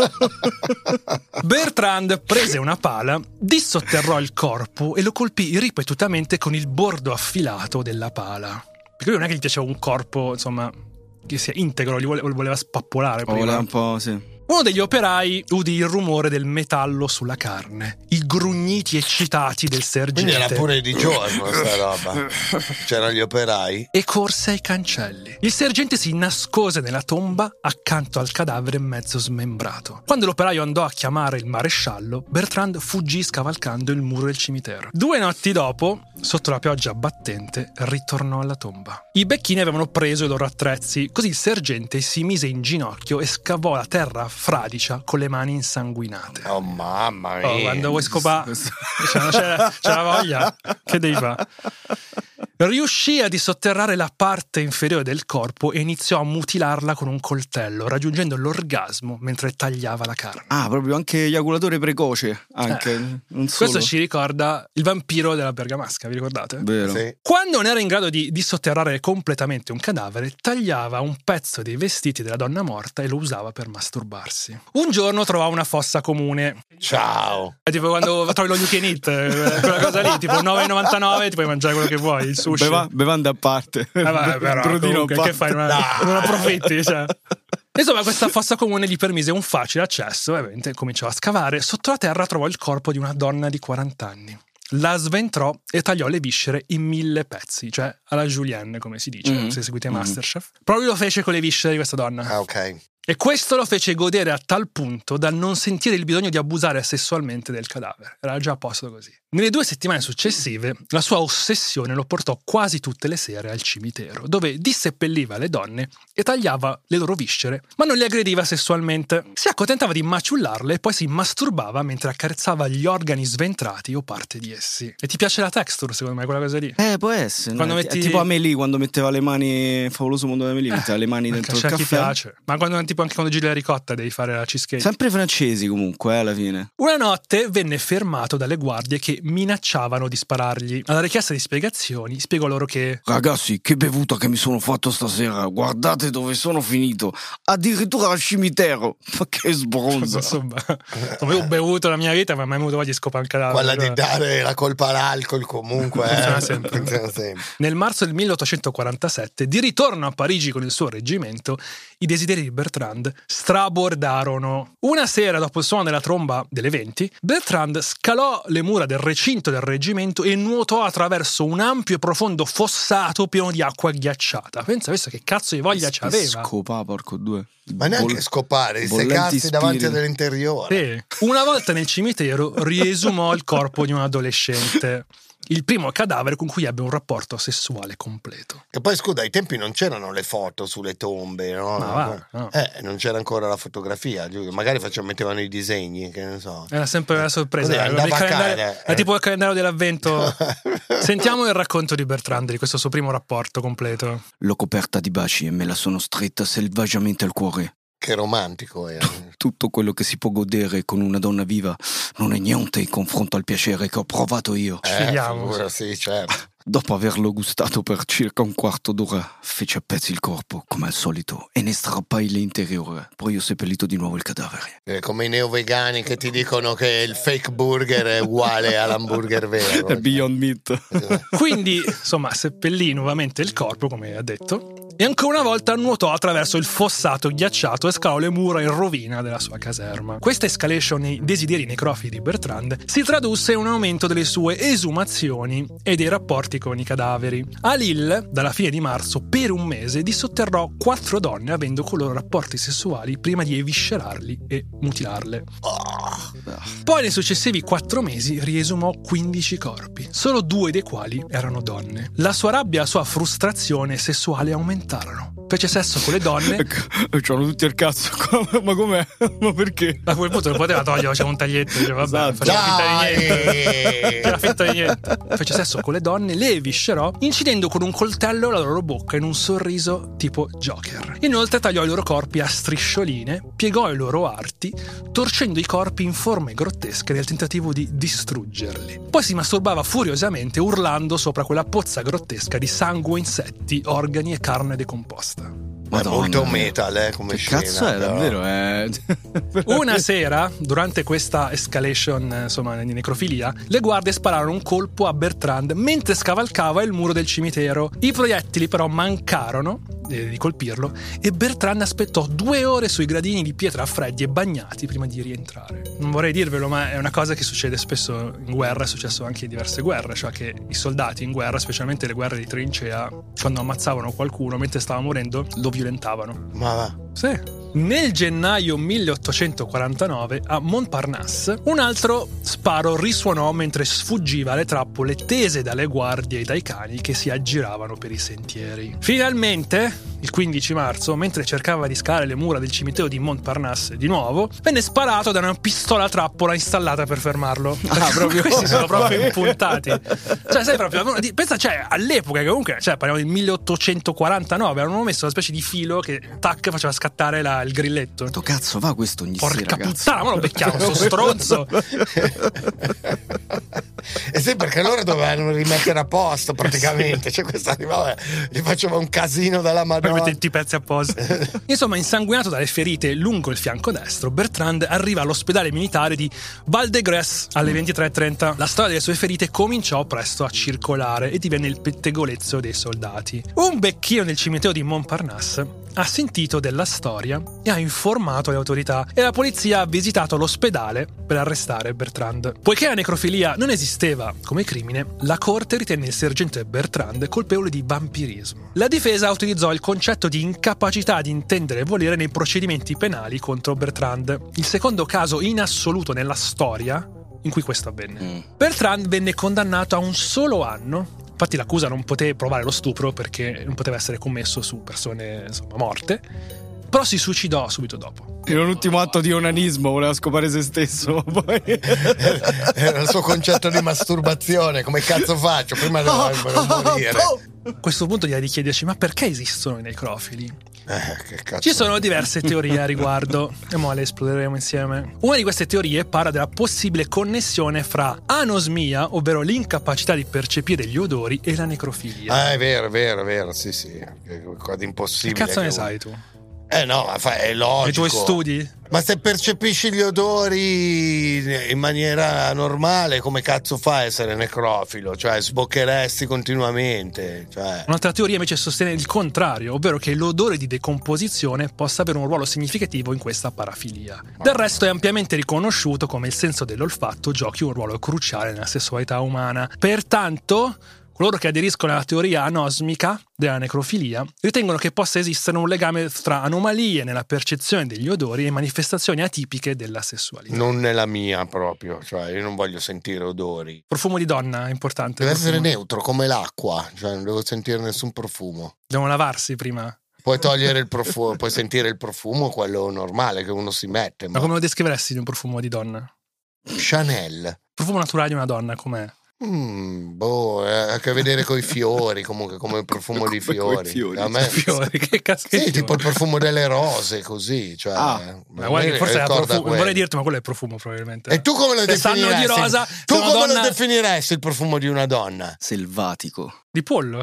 Bertrand prese una pala, dissotterrò il corpo e lo colpì ripetutamente con il bordo affilato della pala. Perché lui non è che gli piaceva un corpo, insomma, che sia integro, gli voleva spappolare prima. Voleva un po', sì. Uno degli operai udì il rumore del metallo sulla carne, i grugniti eccitati del sergente. Quindi era pure di giorno sta roba. C'erano gli operai. E corse ai cancelli. Il sergente si nascose nella tomba accanto al cadavere mezzo smembrato. Quando l'operaio andò a chiamare il maresciallo, Bertrand fuggì scavalcando il muro del cimitero. 2 notti dopo, sotto la pioggia battente, ritornò alla tomba. I becchini avevano preso i loro attrezzi, così il sergente si mise in ginocchio e scavò la terra fradicia con le mani insanguinate. Oh mamma mia. Quando vuoi scopare, c'è la voglia. Che devi fare? Riuscì a dissotterrare la parte inferiore del corpo e iniziò a mutilarla con un coltello, raggiungendo l'orgasmo mentre tagliava la carne. Ah, proprio anche eiaculatore precoce, anche, non solo. Questo ci ricorda il vampiro della Bergamasca, vi ricordate? Vero. Sì. Quando non era in grado di dissotterrare completamente un cadavere, tagliava un pezzo dei vestiti della donna morta e lo usava per masturbarsi. Un giorno trovò una fossa comune. Ciao. È tipo quando trovi lo you can eat, quella cosa lì, tipo 9,99, ti puoi mangiare quello che vuoi, il sushi. Bevande a parte. Vabbè, però, comunque, che fai? Non approfitti, cioè. Insomma, questa fossa comune gli permise un facile accesso e ovviamente cominciò a scavare. Sotto la terra trovò il corpo di una donna di 40 anni. La sventrò e tagliò le viscere in 1000 pezzi, cioè alla Julienne, come si dice, se seguite Masterchef. Proprio lo fece con le viscere di questa donna. Ah, ok. E questo lo fece godere a tal punto da non sentire il bisogno di abusare sessualmente del cadavere. Era già a posto così. Nelle 2 settimane successive, la sua ossessione lo portò quasi tutte le sere al cimitero, dove disseppelliva le donne e tagliava le loro viscere, ma non le aggrediva sessualmente. Si accontentava di maciullarle e poi si masturbava mentre accarezzava gli organi sventrati o parte di essi. E ti piace la texture, secondo me, quella cosa lì? Può essere. Quando metti... Tipo Amélie, quando metteva le mani, Favoloso Mondo di Amélie, metteva le mani dentro il c'è caffè. Chi piace. Ma quando, tipo anche quando giri la ricotta devi fare la cheesecake. Sempre francesi comunque, alla fine. Una notte venne fermato dalle guardie che minacciavano di sparargli. Alla richiesta di spiegazioni spiegò loro che ragazzi, che bevuta che mi sono fatto stasera, guardate dove sono finito, addirittura al cimitero. Ma che sbronza. Insomma, ho bevuto la mia vita, ma mai avuto voglia di scopare un cadavere. Quella di dare la colpa all'alcol comunque funziona sempre. Funziona sempre. Nel marzo del 1847, di ritorno a Parigi con il suo reggimento, i desideri di Bertrand strabordarono. Una sera, dopo il suono della tromba delle 20, Bertrand scalò le mura del recinto del reggimento e nuotò attraverso un ampio e profondo fossato pieno di acqua ghiacciata. Pensa adesso che cazzo di voglia c'aveva. Scopa, porco due. Ma neanche scopare, seccarsi davanti all'interiore. Sì. Una volta nel cimitero riesumò il corpo di un adolescente. Il primo cadavere con cui ebbe un rapporto sessuale completo. E poi scusa, ai tempi non c'erano le foto sulle tombe, no? No. Non c'era ancora la fotografia, magari mettevano i disegni, che ne so. Era sempre una sorpresa. È tipo il calendario dell'avvento. Sentiamo il racconto di Bertrand di questo suo primo rapporto completo. L'ho coperta di baci e me la sono stretta selvaggiamente al cuore. Che romantico era. Tutto quello che si può godere con una donna viva non è niente in confronto al piacere che ho provato io. Figura, sì, certo. Dopo averlo gustato per circa un quarto d'ora, fece a pezzi il corpo, come al solito, e ne strappai l'interiore. Poi ho seppellito di nuovo il cadavere. Come i neo-vegani che ti dicono che il fake burger è uguale all'hamburger vero. È Beyond Meat. Quindi, insomma, seppellì nuovamente il corpo, come ha detto, e ancora una volta nuotò attraverso il fossato ghiacciato e scalò le mura in rovina della sua caserma. Questa escalation nei desideri necrofili di Bertrand si tradusse in un aumento delle sue esumazioni e dei rapporti con i cadaveri. A Lille, dalla fine di marzo, per un mese dissotterrò 4 donne avendo con loro rapporti sessuali prima di eviscerarli e mutilarle. Poi nei successivi 4 mesi riesumò 15 corpi, solo 2 dei quali erano donne. La sua rabbia e la sua frustrazione sessuale aumentarono. Fece sesso con le donne. C'hanno tutti il cazzo. Ma com'è? Ma perché? A quel punto non poteva togliere, faceva un taglietto. Diceva, vabbè, faceva finta di niente. Faceva finta di niente. Fece sesso con le donne, le viscerò, incidendo con un coltello la loro bocca in un sorriso tipo Joker. Inoltre tagliò i loro corpi a striscioline, piegò i loro arti, torcendo i corpi in forme grottesche nel tentativo di distruggerli. Poi si masturbava furiosamente, urlando sopra quella pozza grottesca di sangue, insetti, organi e carne decomposta. Madonna, molto metal, come che scena. Cazzo è davvero, Una sera, durante questa escalation, insomma, di necrofilia, le guardie spararono un colpo a Bertrand mentre scavalcava il muro del cimitero. I proiettili però mancarono di colpirlo e Bertrand aspettò 2 ore sui gradini di pietra freddi e bagnati prima di rientrare. Non vorrei dirvelo, ma è una cosa che succede spesso in guerra, è successo anche in diverse guerre, cioè che i soldati in guerra, specialmente le guerre di trincea, quando ammazzavano qualcuno mentre stava morendo, lo violentavano. Ma va. Sì. Nel gennaio 1849 a Montparnasse un altro sparo risuonò mentre sfuggiva alle trappole tese dalle guardie e dai cani che si aggiravano per i sentieri. Finalmente, il 15 marzo, mentre cercava di scalare le mura del cimitero di Montparnasse di nuovo, venne sparato da una pistola a trappola installata per fermarlo. Proprio questi sono proprio impuntati. Cioè, sai proprio, pensa, cioè, all'epoca, che comunque, cioè, parliamo del 1849, avevano messo una specie di filo che tac faceva scattare il grilletto. Sto cazzo va questo ogni sera, Porca ragazzi. puttana, ma lo becchiamo, sto stronzo. E sì, perché loro dovevano rimettere a posto praticamente. Cioè, questo arrivava, gli faceva un casino dalla Madonna. Poi mette tutti i pezzi apposta. Insomma, insanguinato dalle ferite lungo il fianco destro, Bertrand arriva all'ospedale militare di Val-de-Grâce alle 23:30. La storia delle sue ferite cominciò presto a circolare e divenne il pettegolezzo dei soldati. Un becchino del cimitero di Montparnasse ha sentito della storia e ha informato le autorità, e la polizia ha visitato l'ospedale per arrestare Bertrand. Poiché la necrofilia non esisteva come crimine, la corte ritenne il sergente Bertrand colpevole di vampirismo. La difesa utilizzò il concetto di incapacità di intendere e volere nei procedimenti penali contro Bertrand, il secondo caso in assoluto nella storia in cui questo avvenne. Bertrand venne condannato a un solo anno. Infatti l'accusa non poteva provare lo stupro perché non poteva essere commesso su persone, insomma, morte, però si suicidò subito dopo. In un ultimo atto di onanismo voleva scopare se stesso. Poi era il suo concetto di masturbazione. Come cazzo faccio? Prima devo morire. A questo punto direi di chiederci: ma perché esistono i necrofili? Che cazzo. Ci sono diverse teorie a riguardo e mo le esploreremo insieme. Una di queste teorie parla della possibile connessione fra anosmia, ovvero l'incapacità di percepire gli odori, e la necrofilia. È vero, sì, è quasi impossibile. Che cazzo ne sai tu? No, è logico. I tuoi studi? Ma se percepisci gli odori in maniera normale, come cazzo fai a essere necrofilo? Cioè, sboccheresti continuamente. Cioè. Un'altra teoria invece sostiene il contrario, ovvero che l'odore di decomposizione possa avere un ruolo significativo in questa parafilia. Del resto è ampiamente riconosciuto come il senso dell'olfatto giochi un ruolo cruciale nella sessualità umana. Pertanto, coloro che aderiscono alla teoria anosmica della necrofilia ritengono che possa esistere un legame tra anomalie nella percezione degli odori e manifestazioni atipiche della sessualità. Non nella mia proprio, cioè io non voglio sentire odori. Profumo di donna è importante. Deve essere neutro come l'acqua, cioè non devo sentire nessun profumo. Devono lavarsi prima. Puoi togliere il profumo, puoi sentire il profumo, quello normale che uno si mette. Ma come lo descriveresti di un profumo di donna? Chanel. Il profumo naturale di una donna com'è? Ha a che vedere con i fiori, comunque come il profumo di fiori. A me, fiori, che cazzo? Sì, tipo il profumo delle rose, così. Cioè, ma guarda, forse è profumo, non vorrei dirti, ma quello è il profumo probabilmente. E tu come lo definiresti? Di rosa, tu come donna... lo definiresti il profumo di una donna? Selvatico. Di pollo?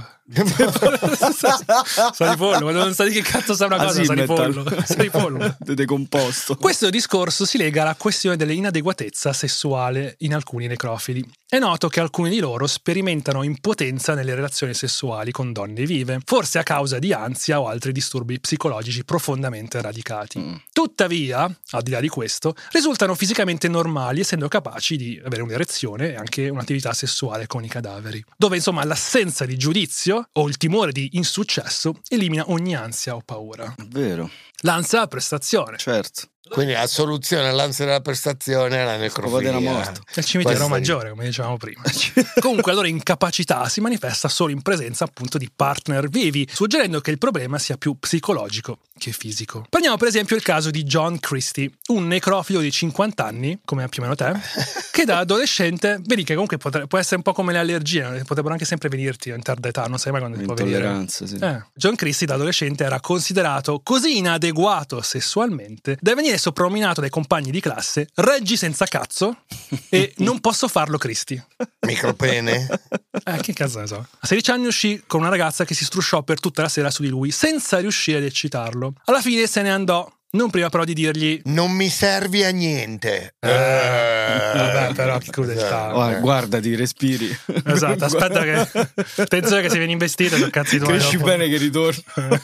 Sa di pollo, ma non sa di che cazzo sa una cosa, sa di pollo. Sa di pollo. Decomposto. Questo discorso si lega alla questione dell'inadeguatezza sessuale in alcuni necrofili. È noto che alcuni di loro sperimentano impotenza nelle relazioni sessuali con donne vive, forse a causa di ansia o altri disturbi psicologici profondamente radicati. Tuttavia, al di là di questo, risultano fisicamente normali, essendo capaci di avere un'erezione e anche un'attività sessuale con i cadaveri, dove insomma l'assenza di giudizio o il timore di insuccesso elimina ogni ansia o paura. Vero. L'ansia è la prestazione. Certo. Quindi la soluzione all'ansia della prestazione è la necrofilia. della morte. Il cimitero maggiore, come dicevamo prima. Comunque la loro incapacità si manifesta solo in presenza appunto di partner vivi, suggerendo che il problema sia più psicologico che fisico. Prendiamo per esempio il caso di John Christie, un necrofilo di 50 anni, come più o meno te, che da adolescente, vedi che comunque può essere un po' come le allergie, potrebbero anche sempre venirti in tarda età, non sai mai quando ti può venire. Intolleranza, sì. John Christie da adolescente era considerato così inadeguato sessualmente da venire soprannominato dai compagni di classe Reggi senza cazzo e non posso farlo Christie. Micropene? Che cazzo ne so. A 16 anni uscì con una ragazza che si strusciò per tutta la sera su di lui senza riuscire ad eccitarlo. Alla fine se ne andò, non prima però di dirgli non mi servi a niente. Vabbè, però che crudeltà. Guardati, respiri. Esatto, aspetta che attenzione che si viene investito per cazzi tuoi. Cresci dopo. bene che ritorno.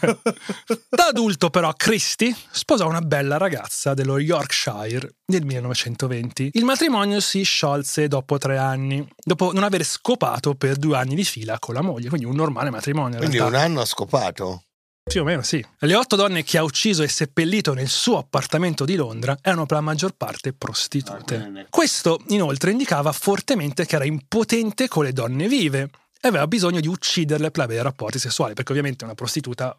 Da adulto però Christie sposò una bella ragazza dello Yorkshire nel 1920. Il matrimonio si sciolse dopo 3 anni, dopo non aver scopato per 2 anni di fila con la moglie, quindi un normale matrimonio. Quindi un anno ha scopato? Più o meno sì. Le 8 donne che ha ucciso e seppellito nel suo appartamento di Londra erano per la maggior parte prostitute. Questo inoltre indicava fortemente che era impotente con le donne vive e aveva bisogno di ucciderle per avere rapporti sessuali, perché ovviamente una prostituta,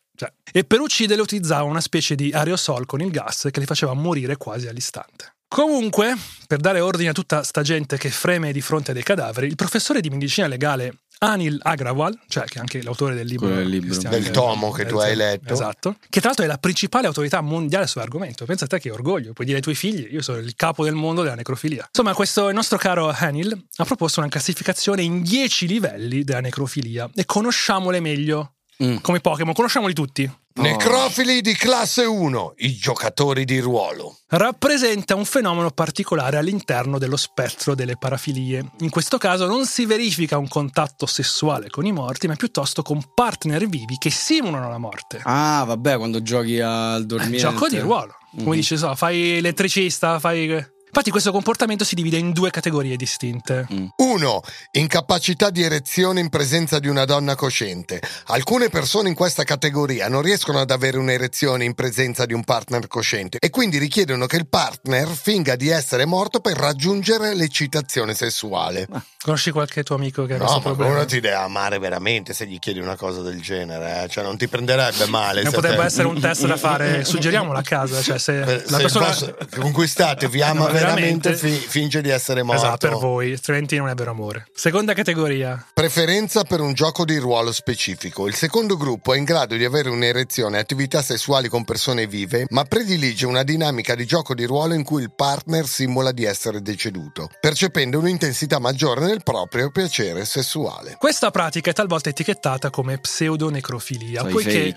e per ucciderle utilizzava una specie di aerosol con il gas che li faceva morire quasi all'istante. Comunque, per dare ordine a tutta sta gente che freme di fronte a dei cadaveri, il professore di medicina legale Anil Agrawal, cioè che è anche l'autore del libro del tomo che tu hai letto, esatto, che tra l'altro è la principale autorità mondiale sull'argomento. Pensa a te che orgoglio, puoi dire ai tuoi figli io sono il capo del mondo della necrofilia. Insomma, il nostro caro Anil ha proposto una classificazione in 10 livelli della necrofilia e conosciamole meglio come Pokémon, conosciamoli tutti. Necrofili di classe 1, i giocatori di ruolo. Rappresenta un fenomeno particolare all'interno dello spettro delle parafilie. In questo caso non si verifica un contatto sessuale con i morti, ma piuttosto con partner vivi che simulano la morte. Ah, vabbè, quando giochi al dormiente. Gioco di ruolo. Come dice, fai elettricista, fai... Infatti questo comportamento si divide in 2 categorie distinte. 1. Incapacità di erezione in presenza di una donna cosciente. Alcune persone in questa categoria non riescono ad avere un'erezione in presenza di un partner cosciente e quindi richiedono che il partner finga di essere morto per raggiungere l'eccitazione sessuale. Conosci qualche tuo amico che ha No, questo ma problema? uno ti deve amare veramente se gli chiedi una cosa del genere, Cioè non ti prenderebbe male. Non potrebbe essere un test da fare, suggeriamolo a casa, cioè se la persona conquistate vi ama veramente finge di essere morto. Esatto, per voi, altrimenti non è vero amore. Seconda categoria. Preferenza per un gioco di ruolo specifico. Il secondo gruppo è in grado di avere un'erezione e attività sessuali con persone vive, ma predilige una dinamica di gioco di ruolo in cui il partner simula di essere deceduto, percependo un'intensità maggiore nel proprio piacere sessuale. Questa pratica è talvolta etichettata come pseudonecrofilia, poiché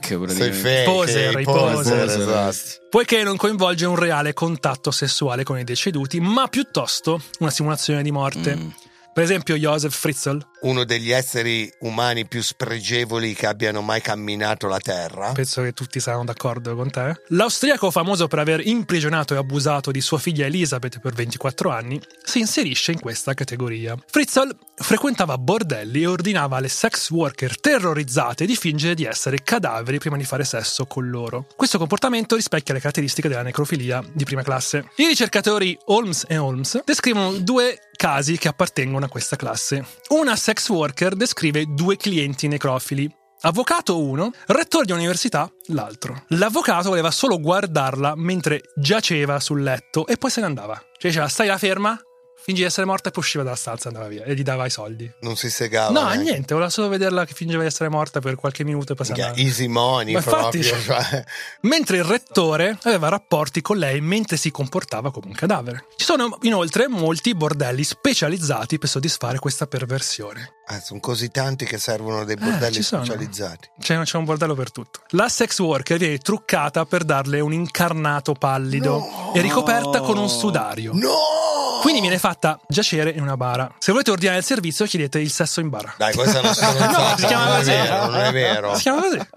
Poser, esatto. Poiché non coinvolge un reale contatto sessuale con i deceduti, ma piuttosto una simulazione di morte. Per esempio Josef Fritzl, uno degli esseri umani più spregevoli che abbiano mai camminato la terra. Penso che tutti saranno d'accordo con te. L'austriaco famoso per aver imprigionato e abusato di sua figlia Elisabeth per 24 anni si inserisce in questa categoria. Fritzl frequentava bordelli e ordinava alle sex worker terrorizzate di fingere di essere cadaveri prima di fare sesso con loro. Questo comportamento rispecchia le caratteristiche della necrofilia di prima classe. I ricercatori Holmes e Holmes descrivono 2 casi che appartengono a questa classe. Una sex worker descrive 2 clienti necrofili. Avvocato 1, rettore di università l'altro. L'avvocato voleva solo guardarla mentre giaceva sul letto e poi se ne andava. Cioè diceva stai là ferma, fingi di essere morta e poi usciva dalla stanza e andava via e gli dava i soldi. Non si segava. No, niente, voleva solo vederla che fingeva di essere morta per qualche minuto e poi se ne andava. Easy money, ma proprio. Infatti, mentre il rettore aveva rapporti con lei mentre si comportava come un cadavere. Ci sono inoltre molti bordelli specializzati per soddisfare questa perversione. Sono così tanti che servono dei bordelli specializzati. C'è un bordello per tutto. La sex worker viene truccata per darle un incarnato pallido e ricoperta con un sudario. Quindi viene fatta giacere in una bara. Se volete ordinare il servizio chiedete il sesso in bara. Dai, questa è una stronzata. Si chiama così. Non è vero. Si chiama così.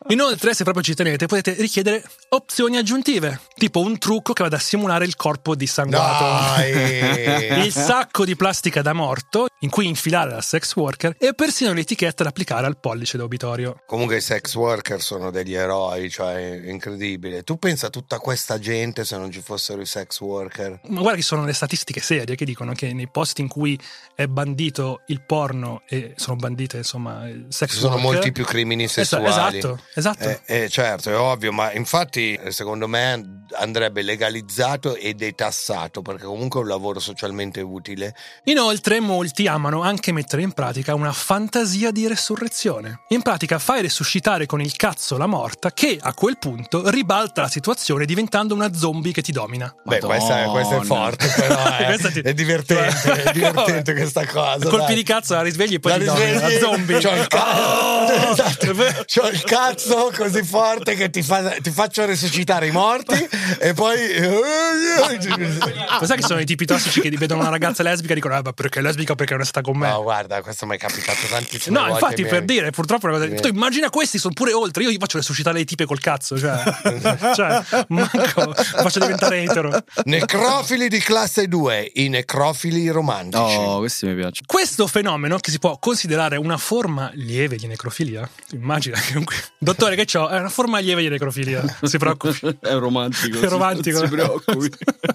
Inoltre, se proprio ci tenete, potete richiedere opzioni aggiuntive, tipo un trucco che vada a simulare il corpo dissanguato. Dai! Il sacco di plastica da morto in cui infilare la sex worker e persino l'etichetta da applicare al pollice d'obitorio. Comunque i sex worker sono degli eroi, cioè è incredibile. Tu pensa a tutta questa gente se non ci fossero i sex worker? Ma guarda che sono le statistiche serie che dicono che nei posti in cui è bandito il porno e sono bandite, insomma, il sex Ci sono worker, molti più crimini sessuali. Esatto. Certo, è ovvio, ma infatti secondo me andrebbe legalizzato e detassato, perché comunque è un lavoro socialmente utile. Inoltre molti amano anche mettere in pratica una fantasia di resurrezione. In pratica fai resuscitare con il cazzo la morta, che a quel punto ribalta la situazione diventando una zombie che ti domina. Beh, questa è forte, però è divertente, è divertente questa cosa. Colpi di cazzo, la risvegli e poi ti domina la zombie. C'ho il cazzo così forte che ti faccio resuscitare i morti e poi sai che sono i tipi tossici che vedono una ragazza lesbica e dicono ma perché è lesbica o perché non è stata con me? No, guarda, questo mi è capitato tantissime volte. No, infatti per dire, purtroppo è una cosa. Tu immagina questi, sono pure oltre. Io gli faccio resuscitare le tipe col cazzo, cioè manco faccio diventare etero. Necrofili di classe 2, i necrofili romantici. Oh, questi mi piacciono. Questo fenomeno, che si può considerare una forma lieve di necrofilia, immagina che dottore che c'ho, è una forma lieve di necrofilia, non si preoccupi. È romantico. È romantico. Non si preoccupi.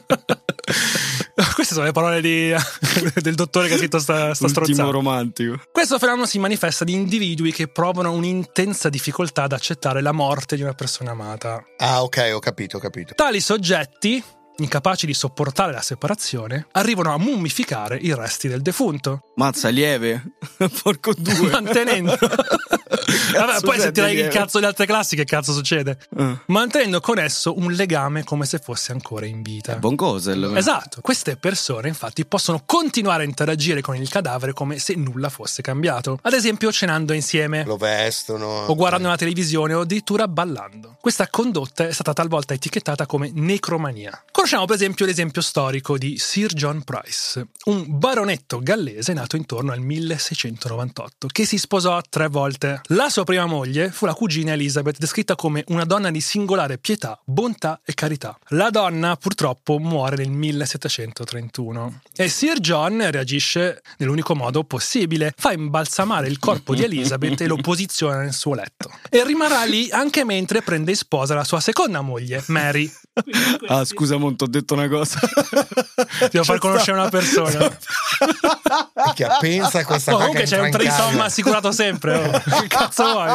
Queste sono le parole del dottore che ha scritto sta Ultimo stronzata. romantico. Questo fenomeno si manifesta di individui che provano un'intensa difficoltà ad accettare la morte di una persona amata. Ah, ok, ho capito. Tali soggetti, incapaci di sopportare la separazione, arrivano a mummificare i resti del defunto. Mazza, lieve. Porco due. Mantenendo vabbè, poi sentirai il cazzo di altre classi, che cazzo succede? Mantenendo con esso un legame come se fosse ancora in vita. Buon Cosel. Esatto. Queste persone infatti possono continuare a interagire con il cadavere come se nulla fosse cambiato, ad esempio cenando insieme, lo vestono o guardando la televisione, o addirittura ballando. Questa condotta è stata talvolta etichettata come necromania. Conosciamo per esempio l'esempio storico di Sir John Price, un baronetto gallese nato intorno al 1698, che si sposò 3 volte. La sua prima moglie fu la cugina Elizabeth, descritta come una donna di singolare pietà, bontà e carità. La donna purtroppo muore nel 1731 e Sir John reagisce nell'unico modo possibile: fa imbalsamare il corpo di Elizabeth e lo posiziona nel suo letto, e rimarrà lì anche mentre prende in sposa la sua seconda moglie, Mary. Ah, scusa, Monto, ho detto una cosa. Ti devo far conoscere una persona. Che pensa a questa cosa. Comunque c'è un trisomma assicurato sempre. Che cazzo vuoi?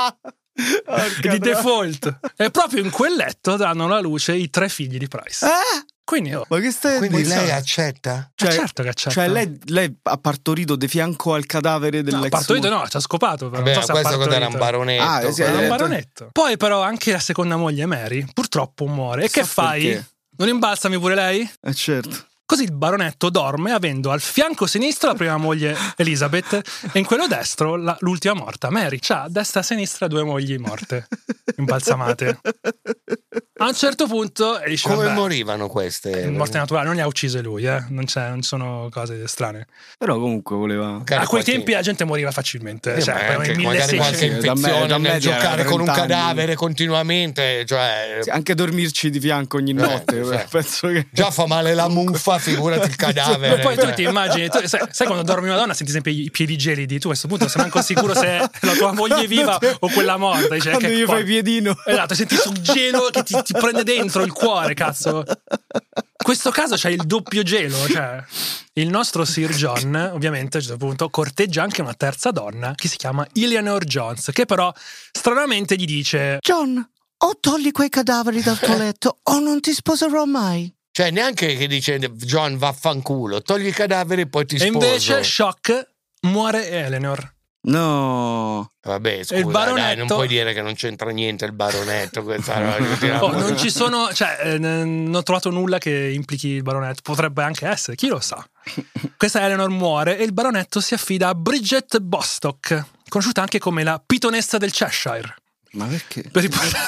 Di default. E proprio in quel letto danno alla luce i 3 figli di Price. Quindi, ma che stai Quindi lei accetta? Cioè, certo che accetta. Cioè lei ha partorito di fianco al cadavere dell'ex. No, partorito no, ci ha scopato. Però. Vabbè, non so questo era un baronetto. Sì, era un baronetto. Poi però anche la seconda moglie Mary purtroppo muore. E che fai? Perché? Non imbalsami pure lei? Certo. Così il baronetto dorme avendo al fianco sinistro la prima moglie Elizabeth e in quello destro l'ultima morta, Mary. C'ha a destra e a sinistra 2 mogli morte, imbalsamate. A un certo punto dice, come morivano queste? Morte naturale, non le ha uccise lui, non ci sono cose strane. Però comunque voleva. A quei tempi la gente moriva facilmente. Anche magari qualche infezione nel giocare con un cadavere continuamente, cioè anche dormirci di fianco ogni notte. Penso che già fa male la muffa, figurati il cadavere. Ma poi tu ti immagini, sai quando dormi una donna senti sempre i piedi gelidi, tu a questo punto sei manco sicuro se è la tua moglie viva o quella morta. Dice, quando gli fai piedino, esatto, senti sul gelo che ti prende dentro il cuore, cazzo. In questo caso c'è il doppio gelo, cioè. Il nostro Sir John ovviamente a un certo punto corteggia anche una terza donna che si chiama Eleanor Jones, che però stranamente gli dice: John, o togli quei cadaveri dal tuo letto o non ti sposerò mai. Cioè neanche che dice John vaffanculo, togli i cadaveri e poi ti sposo. E invece shock, muore Eleanor. No. Vabbè, scusa, il baronetto... dai, non puoi dire che non c'entra niente il baronetto. Non ci sono, cioè, non ho trovato nulla che implichi il baronetto. Potrebbe anche essere, chi lo sa. Questa Eleanor muore e il baronetto si affida a Bridget Bostock, conosciuta anche come la pitonessa del Cheshire. Ma perché? Per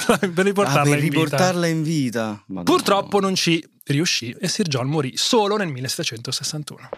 riportarla in vita. Madonna. Purtroppo non ci riuscì e Sir John morì solo nel 1761.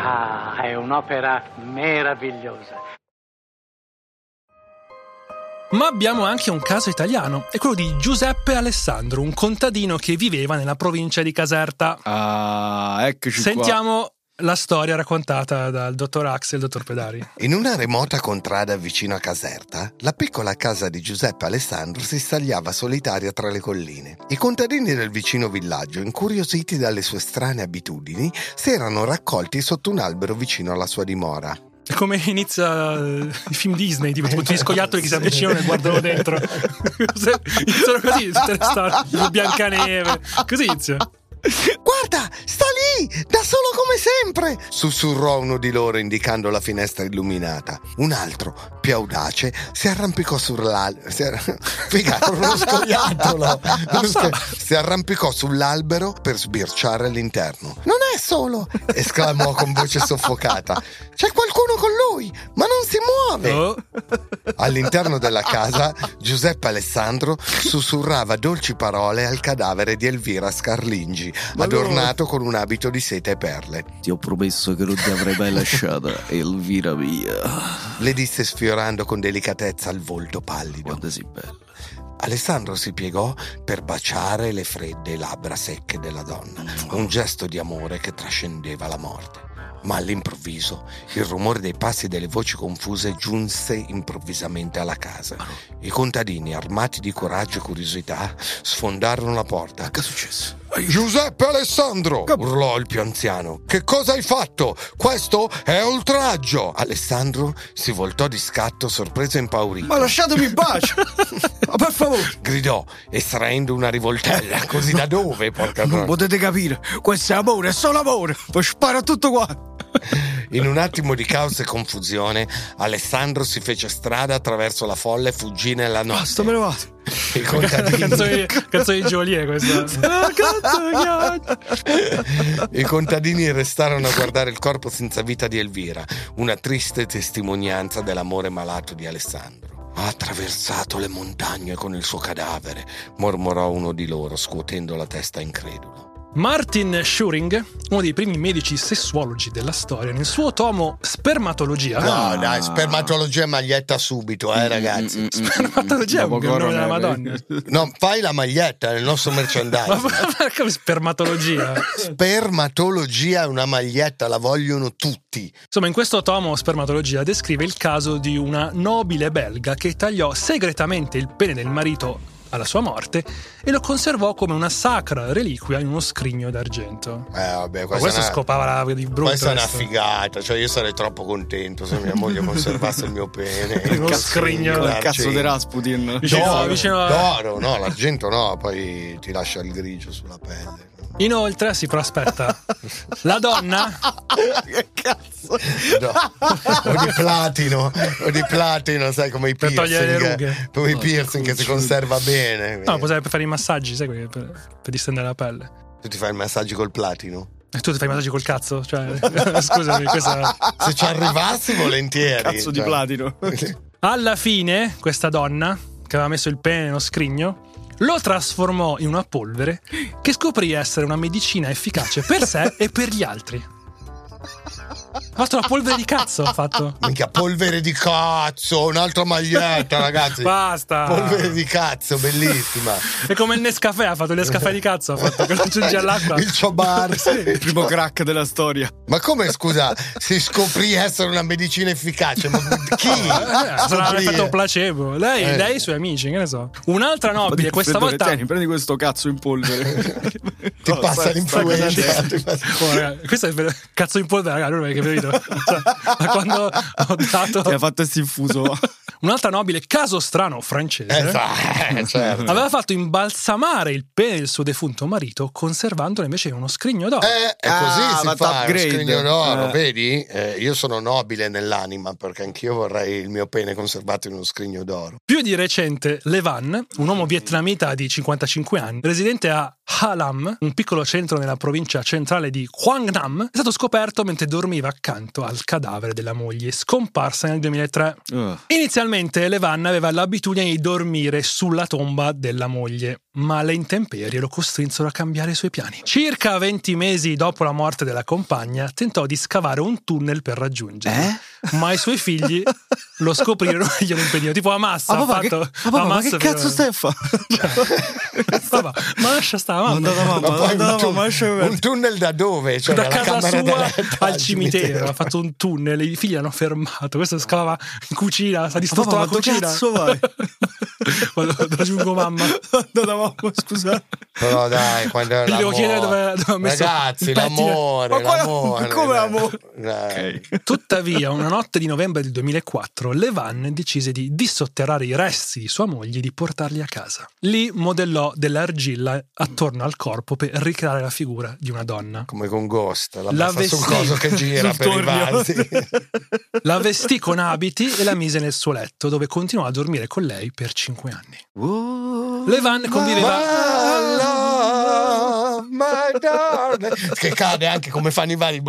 Ah, è un'opera meravigliosa. Ma abbiamo anche un caso italiano, è quello di Giuseppe Alessandro, un contadino che viveva nella provincia di Caserta. Ah, eccoci qua. Sentiamo la storia raccontata dal dottor Axel e il dottor Pedari. In una remota contrada vicino a Caserta, la piccola casa di Giuseppe Alessandro si stagliava solitaria tra le colline. I contadini del vicino villaggio, incuriositi dalle sue strane abitudini, si erano raccolti sotto un albero vicino alla sua dimora. È come inizia il film Disney, tipo tutti gli scoiattoli che si avvicinano e guardano dentro. Iniziano così tutte le storie, Biancaneve, così inizia. Guarda, sta lì, da solo come sempre, sussurrò uno di loro indicando la finestra illuminata. Un altro, più audace, si arrampicò sull'albero. Si arrampicò sull'albero per sbirciare all'interno. Non è solo, esclamò con voce soffocata. C'è qualcuno con lui, ma non si muove. Oh. All'interno della casa, Giuseppe Alessandro sussurrava dolci parole al cadavere di Elvira Scarlingi, adornato con un abito di seta e perle. Ti ho promesso che non ti avrei mai lasciata, Elvira mia. Le disse sfiorando con delicatezza il volto pallido. Quanto sei bella. Alessandro si piegò per baciare le fredde labbra secche della donna, un gesto di amore che trascendeva la morte. Ma all'improvviso il rumore dei passi e delle voci confuse giunse improvvisamente alla casa. I contadini, armati di coraggio e curiosità, sfondarono la porta. Che è successo? Giuseppe Alessandro! Urlò il più anziano. Che cosa hai fatto? Questo è oltraggio! Alessandro si voltò di scatto, sorpreso e impaurito. Ma lasciatemi in pace! Ma per favore! Gridò, estraendo una rivoltella. Così da dove, porca Non troia? potete capire, questo è amore, è solo amore! Poi spara tutto qua! In un attimo di caos e confusione, Alessandro si fece strada attraverso la folla e fuggì nella notte. Basta, me ne vado! I contadini... canzone di Joliet questa. I contadini restarono a guardare il corpo senza vita di Elvira, una triste testimonianza dell'amore malato di Alessandro. Ha attraversato le montagne con il suo cadavere, mormorò uno di loro, scuotendo la testa incredulo. Martin Schuring, uno dei primi medici sessuologi della storia, nel suo tomo Spermatologia. No, dai, spermatologia maglietta subito, ragazzi. Spermatologia è un nome della Madonna. No, fai la maglietta nel nostro merchandising. Ma come spermatologia? Spermatologia è una maglietta, la vogliono tutti. Insomma, in questo tomo Spermatologia descrive il caso di una nobile belga che tagliò segretamente il pene del marito alla sua morte e lo conservò come una sacra reliquia in uno scrigno d'argento. Vabbè, questo scopava di brutto. Questa è una figata, cioè io sarei troppo contento se mia moglie conservasse il mio pene in uno scrigno il cazzo di Rasputin d'oro, no, l'argento no, poi ti lascia il grigio sulla pelle. Inoltre si prospetta la donna che cazzo o di platino, sai, come i per togliere le rughe, come i piercing che si conserva bene. No, per fare i massaggi, sai, per distendere la pelle. Tu ti fai i massaggi col platino? E tu ti fai i massaggi col cazzo? Cioè, scusami, questa... Se ci arrivassi volentieri. Cazzo di platino. Alla fine questa donna che aveva messo il pene nello scrigno lo trasformò in una polvere che scoprì essere una medicina efficace per sé e per gli altri. Ha fatto la polvere di cazzo, ha fatto. Minchia, polvere di cazzo, un'altra maglietta, ragazzi. Basta. Polvere di cazzo, bellissima. È come il Nescafè, ha fatto il Nescafè di cazzo, ha fatto che lo aggiungi all'acqua. Il Chobar. Sì. Il primo crack della storia. Ma come, scusa, si scoprì essere una medicina efficace? Ma chi? Sarà effetto placebo. Lei e i suoi amici, che ne so. Un'altra nobile, questa volta. Tieni, prendi questo cazzo in polvere. Ti passa l'influenza. Questo è cazzo in polvere, ragazzi, non avete capito. Cioè, quando ho dato. Ti ha fatto questo infuso. Un'altra nobile, caso strano francese, certo. aveva fatto imbalsamare il pene del suo defunto marito, conservandolo invece in uno scrigno d'oro. È così si fa, upgrade. Uno scrigno d'oro, vedi? Io sono nobile nell'anima perché anch'io vorrei il mio pene conservato in uno scrigno d'oro. Più di recente, Le Van, un uomo vietnamita di 55 anni, residente a Ha Lam, un piccolo centro nella provincia centrale di Quang Nam, è stato scoperto mentre dormiva accanto al cadavere della moglie, scomparsa nel 2003. Inizialmente Inizialmente Levan aveva l'abitudine di dormire sulla tomba della moglie, ma le intemperie lo costrinsero a cambiare i suoi piani. Circa 20 mesi dopo la morte della compagna, tentò di scavare un tunnel per raggiungerla, ma i suoi figli lo scoprirono e glielo impedirono. Tipo Hamas ha fatto... ma che cazzo stai a fare? Ma lascia stare, un tunnel da dove? Cioè, da casa camera da sua letto al cimitero ha fatto un tunnel, i figli hanno fermato, questo scavava in cucina, sta distrutto la cucina. Cazzo vai? Raggiungo mamma. Scusa. Però dai, quando devo chiedere dove ha messo. Ragazzi, l'amore. Come amore? Okay. Tuttavia, una notte di novembre del 2004, Levan decise di dissotterrare i resti di sua moglie e di portarli a casa. Lì modellò dell'argilla attorno al corpo per ricreare la figura di una donna. Come con Ghost, la messa sul coso che gira per i valsi. La vestì con abiti e la mise nel suo letto, dove continuò a dormire con lei per 5 anni. Levan conviveva... My darling. Che cade anche come fanno i vari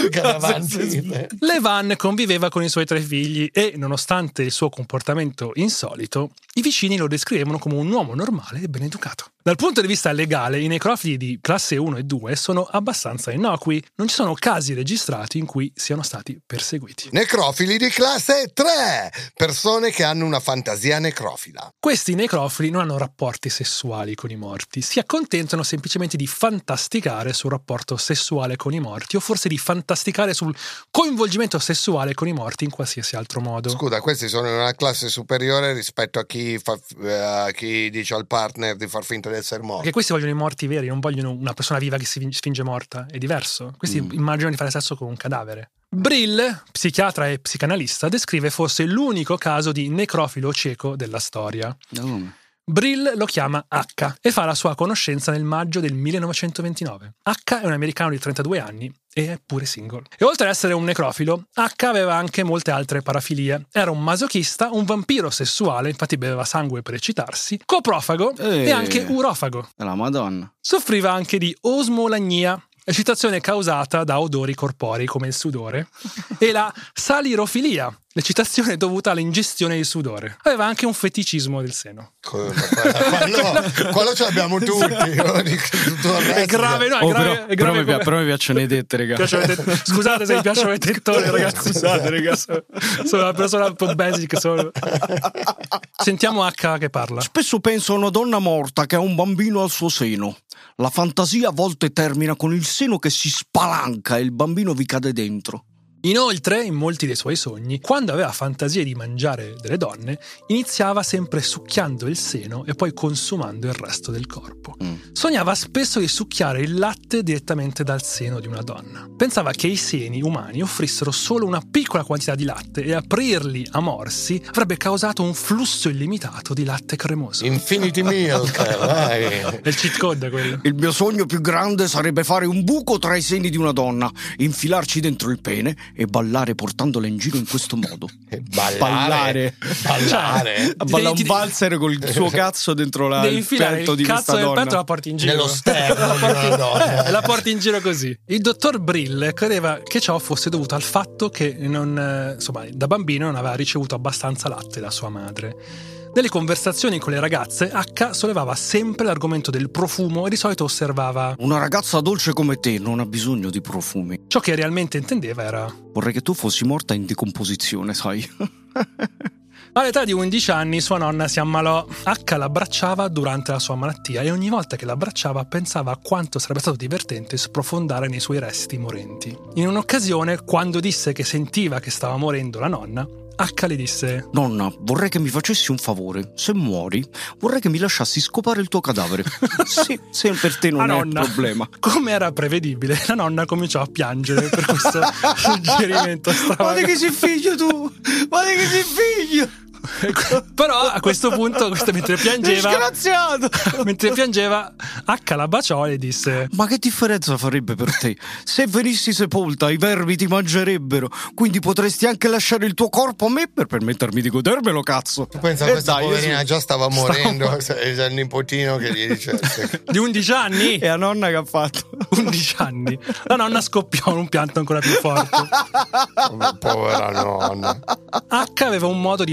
Levan conviveva con i suoi 3 figli e, nonostante il suo comportamento insolito, i vicini lo descrivevano come un uomo normale e ben educato. Dal punto di vista legale, i necrofili di classe 1 e 2 sono abbastanza innocui. Non ci sono casi registrati in cui siano stati perseguiti. Necrofili di classe 3, persone che hanno una fantasia necrofila. Questi necrofili non hanno rapporti sessuali con i morti, si accontentano semplicemente di fantasticare sul rapporto sessuale con i morti, o forse di fantasticare sul coinvolgimento sessuale con i morti in qualsiasi altro modo. Scusa, questi sono in una classe superiore rispetto a chi dice al partner di far finta di essere morto. Perché questi vogliono i morti veri, non vogliono una persona viva che si finge morta. È diverso. Questi immaginano di fare sesso con un cadavere. Brill, psichiatra e psicanalista, descrive forse l'unico caso di necrofilo cieco della storia. Brill lo chiama H e fa la sua conoscenza nel maggio del 1929. H è un americano di 32 anni e è pure single. E oltre ad essere un necrofilo, H aveva anche molte altre parafilie. Era un masochista, un vampiro sessuale, infatti beveva sangue per eccitarsi, coprofago e anche urofago. La Madonna. Soffriva anche di osmolagnia, eccitazione causata da odori corporei come il sudore, e la salirofilia, l'eccitazione dovuta all'ingestione di sudore. Aveva anche un feticismo del seno. Quello ce l'abbiamo tutti. È grave, no? È grave. Però mi piacciono i tetti, ragazzi. Scusate se mi piacciono i tettoni, ragazzi. Scusate, ragazzi. Sono una persona un po' basic. Sentiamo H che parla. Spesso penso a una donna morta che ha un bambino al suo seno. La fantasia a volte termina con il seno che si spalanca e il bambino vi cade dentro. Inoltre, in molti dei suoi sogni, quando aveva fantasie di mangiare delle donne, iniziava sempre succhiando il seno e poi consumando il resto del corpo. Sognava spesso di succhiare il latte direttamente dal seno di una donna. Pensava che i seni umani offrissero solo una piccola quantità di latte e aprirli a morsi avrebbe causato un flusso illimitato di latte cremoso. Infinity Milk, vai. È il cheat code quello. Il mio sogno più grande sarebbe fare un buco tra i seni di una donna, infilarci dentro il pene e ballare portandola in giro in questo modo. Ballare. Balla un valzer col suo cazzo dentro il petto di questa donna. Il petto e la porti in giro. Nello sterno di una donna. La porti in giro così. Il dottor Brill credeva che ciò fosse dovuto al fatto che da bambino non aveva ricevuto abbastanza latte da sua madre. Nelle conversazioni con le ragazze, H sollevava sempre l'argomento del profumo e di solito osservava: una ragazza dolce come te non ha bisogno di profumi. Ciò che realmente intendeva era: vorrei che tu fossi morta in decomposizione, sai? All'età di 11 anni sua nonna si ammalò. H l'abbracciava durante la sua malattia e ogni volta che l'abbracciava pensava a quanto sarebbe stato divertente sprofondare nei suoi resti morenti. In un'occasione, quando disse che sentiva che stava morendo la nonna, H le disse: nonna, vorrei che mi facessi un favore. Se muori, vorrei che mi lasciassi scopare il tuo cadavere. Sì, se per te non è un problema. Come era prevedibile, la nonna cominciò a piangere per questo suggerimento. Guarda che sei figlio tu! Guarda che sei figlio! Però a questo punto, mentre piangeva, disgraziato, mentre piangeva, H la baciò e disse: ma che differenza farebbe per te? Se venissi sepolta, i vermi ti mangerebbero, quindi potresti anche lasciare il tuo corpo a me per permettermi di godermelo, cazzo. Pensa, questa poverina già stava morendo. C'è il nipotino che gli dice di 11 anni. E la nonna che ha fatto 11 anni. La nonna scoppiò in un pianto ancora più forte. Povera nonna. H aveva un modo di baciare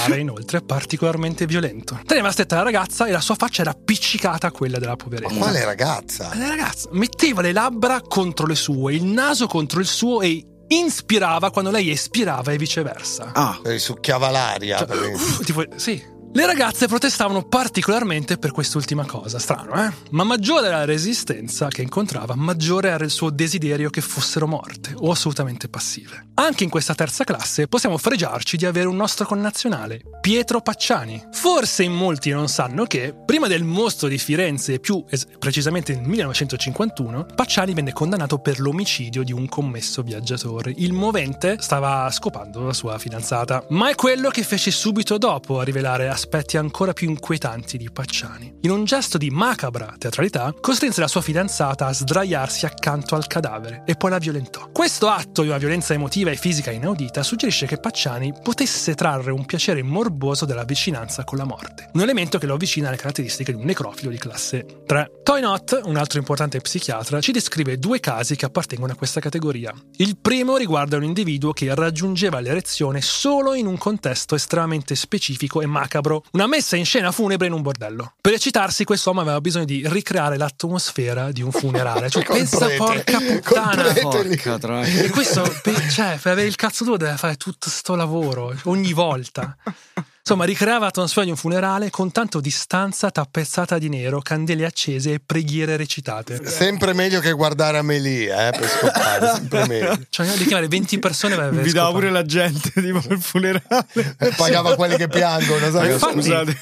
era inoltre particolarmente violento. Teneva stretta la ragazza e la sua faccia era appiccicata a quella della poveretta. Ma quale ragazza? La ragazza metteva le labbra contro le sue, il naso contro il suo e inspirava quando lei espirava e viceversa. Risucchiava l'aria. Tipo, sì. Le ragazze protestavano particolarmente per quest'ultima cosa, strano, eh? Ma maggiore era la resistenza che incontrava, maggiore era il suo desiderio che fossero morte o assolutamente passive. Anche in questa terza classe possiamo fregiarci di avere un nostro connazionale, Pietro Pacciani. Forse in molti non sanno che, prima del mostro di Firenze, più precisamente nel 1951, Pacciani venne condannato per l'omicidio di un commesso viaggiatore. Il movente stava scopando la sua fidanzata, ma è quello che fece subito dopo a rivelare aspetti ancora più inquietanti di Pacciani. In un gesto di macabra teatralità, costrinse la sua fidanzata a sdraiarsi accanto al cadavere e poi la violentò. Questo atto di una violenza emotiva e fisica inaudita suggerisce che Pacciani potesse trarre un piacere morboso dalla vicinanza con la morte, un elemento che lo avvicina alle caratteristiche di un necrofilo di classe 3. Toy Knott, un altro importante psichiatra, ci descrive 2 casi che appartengono a questa categoria. Il primo riguarda un individuo che raggiungeva l'erezione solo in un contesto estremamente specifico e macabro, una messa in scena funebre in un bordello. Per eccitarsi quest'uomo aveva bisogno di ricreare l'atmosfera di un funerale. Cioè, pensa, porca puttana. Porca e questo, cioè, per avere il cazzo tuo deve fare tutto sto lavoro ogni volta. Insomma, ricreava l'atmosfera di un funerale con tanto di stanza tappezzata di nero, candele accese e preghiere recitate. Sempre meglio che guardare Amélie, per scopare, sempre meglio. Cioè, di chiamare 20 persone per invitava pure la gente tipo il funerale. Pagava quelli che piangono, sai? Infatti, scusate,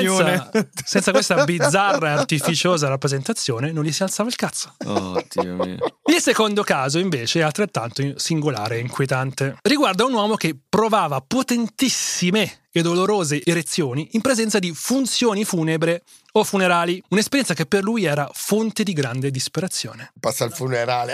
senza questa bizzarra e artificiosa rappresentazione non gli si alzava il cazzo. Oh, Dio mio. Il secondo caso invece è altrettanto singolare e inquietante. Riguarda un uomo che provava potentissime e dolorose erezioni in presenza di funzioni funebre o funerali, un'esperienza che per lui era fonte di grande disperazione. Passa al funerale.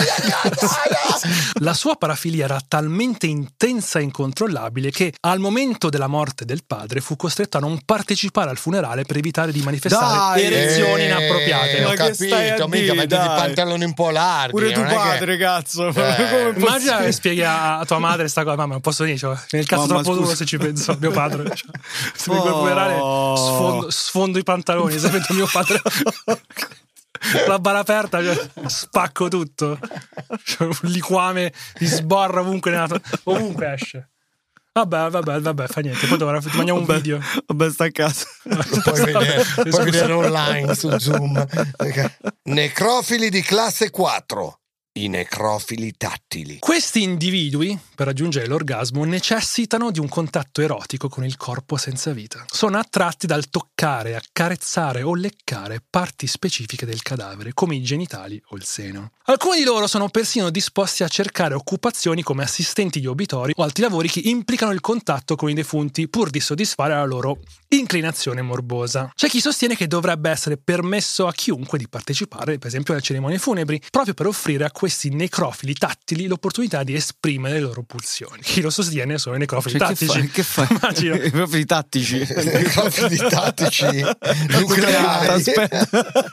La sua parafilia era talmente intensa e incontrollabile che al momento della morte del padre fu costretto a non partecipare al funerale per evitare di manifestare erezioni inappropriate. Ho capito, mica mettiti i pantaloni un po' larghi. Pure tuo padre, cazzo. Immagina che spieghi a tua madre sta cosa, mamma, non posso dire, cioè, nel cazzo troppo duro se ci penso, mio padre. Cioè, se mi vuoi funerale sfondo i pantaloni, se vedo mio padre la bara aperta, cioè, spacco tutto, cioè, un liquame di sborra ovunque esce. Vabbè, fa niente, poi ti mangiamo un video. Vabbè, sta a casa. Puoi vedere online su Zoom. Necrofili di classe 4. I necrofili tattili. Questi individui, per raggiungere l'orgasmo, necessitano di un contatto erotico con il corpo senza vita. Sono attratti dal toccare, accarezzare o leccare parti specifiche del cadavere, come i genitali o il seno. Alcuni di loro sono persino disposti a cercare occupazioni come assistenti di obitori o altri lavori che implicano il contatto con i defunti pur di soddisfare la loro inclinazione morbosa. C'è chi sostiene che dovrebbe essere permesso a chiunque di partecipare, per esempio, alle cerimonie funebri, proprio per offrire a questi necrofili tattili l'opportunità di esprimere le loro pulsioni. Chi lo sostiene sono i necrofili tattici. Che fai? I necrofili tattici. I necrofili tattici nucleari. Aspetta.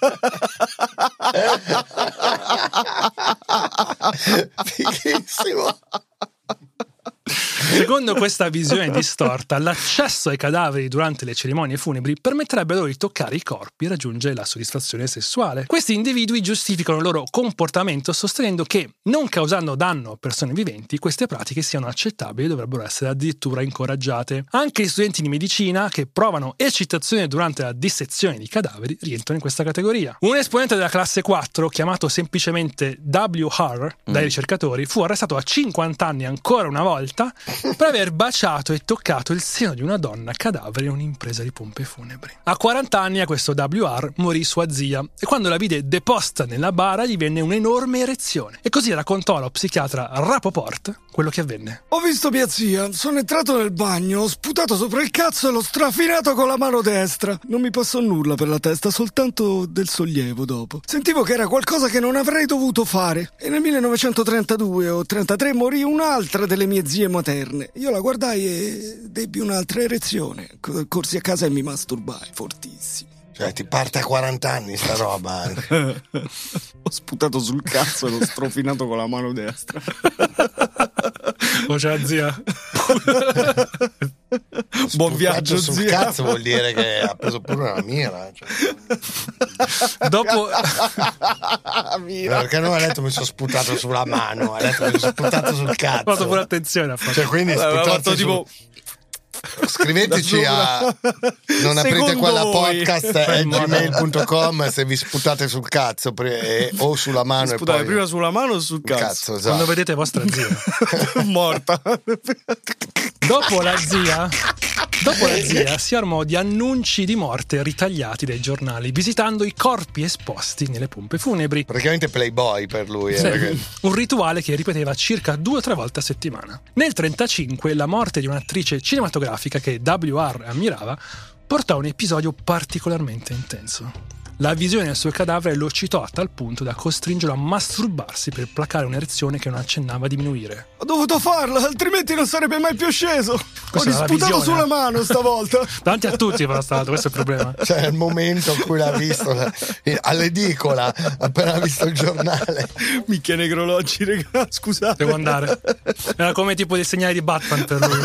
Fighissimo. Secondo questa visione distorta, l'accesso ai cadaveri durante le cerimonie funebri permetterebbe loro di toccare i corpi e raggiungere la soddisfazione sessuale. Questi individui giustificano il loro comportamento sostenendo che, non causando danno a persone viventi, queste pratiche siano accettabili e dovrebbero essere addirittura incoraggiate. Anche gli studenti di medicina che provano eccitazione durante la dissezione di cadaveri rientrano in questa categoria. Un esponente della classe 4, chiamato semplicemente W.R. dai ricercatori, fu arrestato a 50 anni ancora una volta per aver baciato e toccato il seno di una donna cadavere in un'impresa di pompe funebri. A 40 anni a questo WR morì sua zia e quando la vide deposta nella bara gli venne un'enorme erezione e così raccontò allo psichiatra Rapoport quello che avvenne. Ho visto mia zia, sono entrato nel bagno, ho sputato sopra il cazzo e l'ho strafinato con la mano destra. Non mi passò nulla per la testa, soltanto del sollievo dopo. Sentivo che era qualcosa che non avrei dovuto fare e nel 1932 o 33 morì un'altra delle mie zie materne. Io la guardai e debbi un'altra erezione. Corsi a casa e mi masturbai fortissimo. Cioè ti parte a 40 anni sta roba. Ho sputato sul cazzo e l'ho strofinato con la mano destra. Oh, c'è la zia. Buon viaggio, sul zia. cazzo vuol dire che ha preso pure una mira. Dopo Perché non ha detto mi sono sputato sulla mano, ha detto mi sono sputato sul cazzo. ho fatto pure attenzione a fare. Cioè, quindi sputarsi tipo scriveteci a non aprite quella podcast @gmail.com se vi sputate sul cazzo o sulla mano. Sputate e poi prima sulla mano o sul cazzo? esatto. Quando vedete vostra zia morta. Dopo la zia si armò di annunci di morte ritagliati dai giornali, visitando i corpi esposti nelle pompe funebri. Praticamente Playboy per lui. Sì, un rituale che ripeteva circa 2 o 3 volte a settimana. Nel 1935 la morte di un'attrice cinematografica che WR ammirava portò a un episodio particolarmente intenso. La visione del suo cadavere lo eccitò a tal punto da costringerlo a masturbarsi per placare un'erezione che non accennava a diminuire. Ho dovuto farlo, altrimenti non sarebbe mai più sceso. Ho Questa era la risputato visione, sulla mano stavolta. Davanti a tutti però stato, questo è il problema. Cioè il momento in cui l'ha visto all'edicola, appena visto il giornale. Micchia necrologi, raga, scusate. Devo andare. Era come tipo dei segnali di Batman per lui.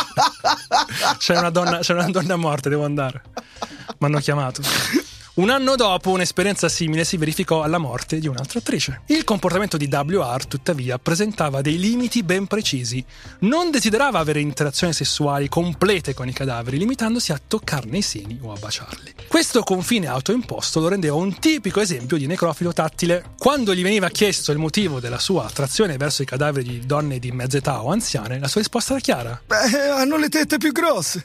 C'è una donna morta, devo andare. Mi hanno chiamato. Un anno dopo un'esperienza simile si verificò alla morte di un'altra attrice. Il comportamento di WR, tuttavia, presentava dei limiti ben precisi. Non desiderava avere interazioni sessuali complete con i cadaveri, limitandosi a toccarne i seni o a baciarli. Questo confine autoimposto lo rendeva un tipico esempio di necrofilo tattile. Quando gli veniva chiesto il motivo della sua attrazione verso i cadaveri di donne di mezza età o anziane, la sua risposta era chiara. Hanno le tette più grosse.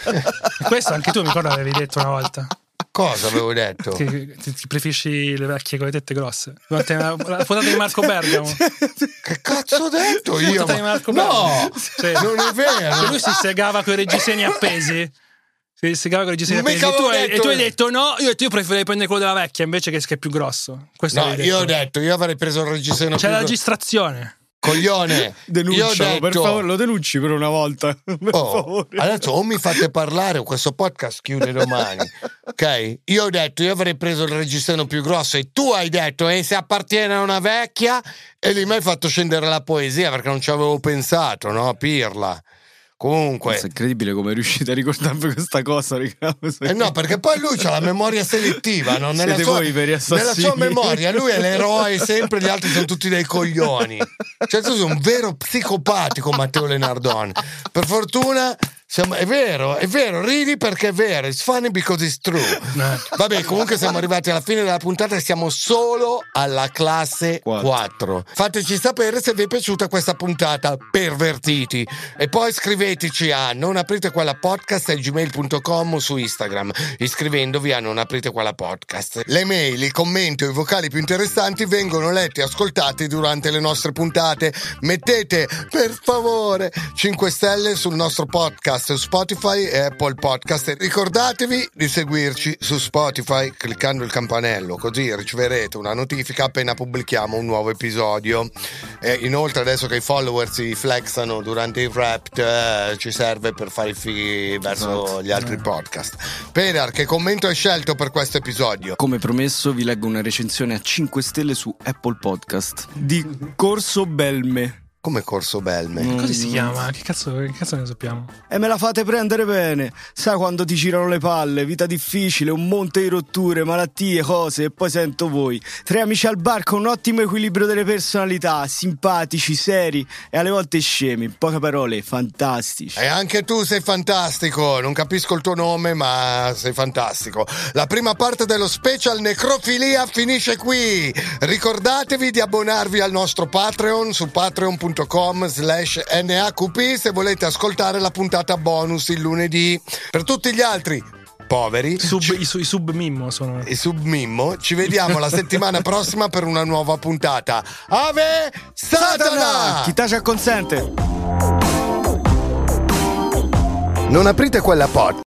Questo anche tu mi ricordo l'avevi detto una volta. Cosa avevo detto? Che ti preferisci le vecchie con le tette grosse? Durante la puntata di Marco Bergamo. Che cazzo ho detto io? Puntata di Marco Bergamo. No, sì. Non è vero. Che lui si segava con i reggiseni appesi. Si segava con i reggiseni appesi. E tu hai detto no, io preferirei prendere quello della vecchia invece che è più grosso. Questo no, io ho detto, io avrei preso il reggiseno. C'è la registrazione. Coglione, denuncialo, per favore, lo denunci per una volta. Per favore. Adesso o mi fate parlare o questo podcast chiude domani. Ok? Io ho detto, io avrei preso il reggiseno più grosso e tu hai detto, se appartiene a una vecchia, e lì mi hai fatto scendere la poesia perché non ci avevo pensato, no? Pirla. Comunque è incredibile come è riuscito a ricordarvi questa cosa, no, perché poi lui c'ha la memoria selettiva, no? Nella sua memoria lui è l'eroe sempre, gli altri sono tutti dei coglioni. Cioè tu sei un vero psicopatico, Matteo Lenardone. Per fortuna è vero, ridi perché è vero, it's funny because it's true. Vabbè, comunque siamo arrivati alla fine della puntata e siamo solo alla classe 4. Fateci sapere se vi è piaciuta questa puntata, pervertiti, e poi scriveteci a nonapritequellapodcast@gmail.com o su Instagram, iscrivendovi a Non Aprite Quella Podcast. Le mail, i commenti o i vocali più interessanti vengono letti e ascoltati durante le nostre puntate. Mettete per favore 5 stelle sul nostro podcast su Spotify e Apple Podcast e ricordatevi di seguirci su Spotify cliccando il campanello, così riceverete una notifica appena pubblichiamo un nuovo episodio. E inoltre adesso che i follower si flexano durante il rap ci serve per fare i fighi verso gli altri podcast. Pedar, che commento hai scelto per questo episodio? Come promesso vi leggo una recensione a 5 stelle su Apple Podcast di Corso Belme. Come Corso Belme? Così si chiama? Che cazzo ne sappiamo? E me la fate prendere bene. Sai quando ti girano le palle, vita difficile, un monte di rotture, malattie, cose, e poi sento voi. 3 amici al bar con un ottimo equilibrio delle personalità, simpatici, seri e alle volte scemi. In poche parole, fantastici. E anche tu sei fantastico. Non capisco il tuo nome, ma sei fantastico. La prima parte dello special Necrofilia finisce qui. Ricordatevi di abbonarvi al nostro Patreon su patreon.com/NAQP se volete ascoltare la puntata bonus il lunedì. Per tutti gli altri poveri i sub Mimmo sono i sub Mimmo, ci vediamo la settimana prossima per una nuova puntata. Ave Satana! Chi tace acconsente. Non aprite quella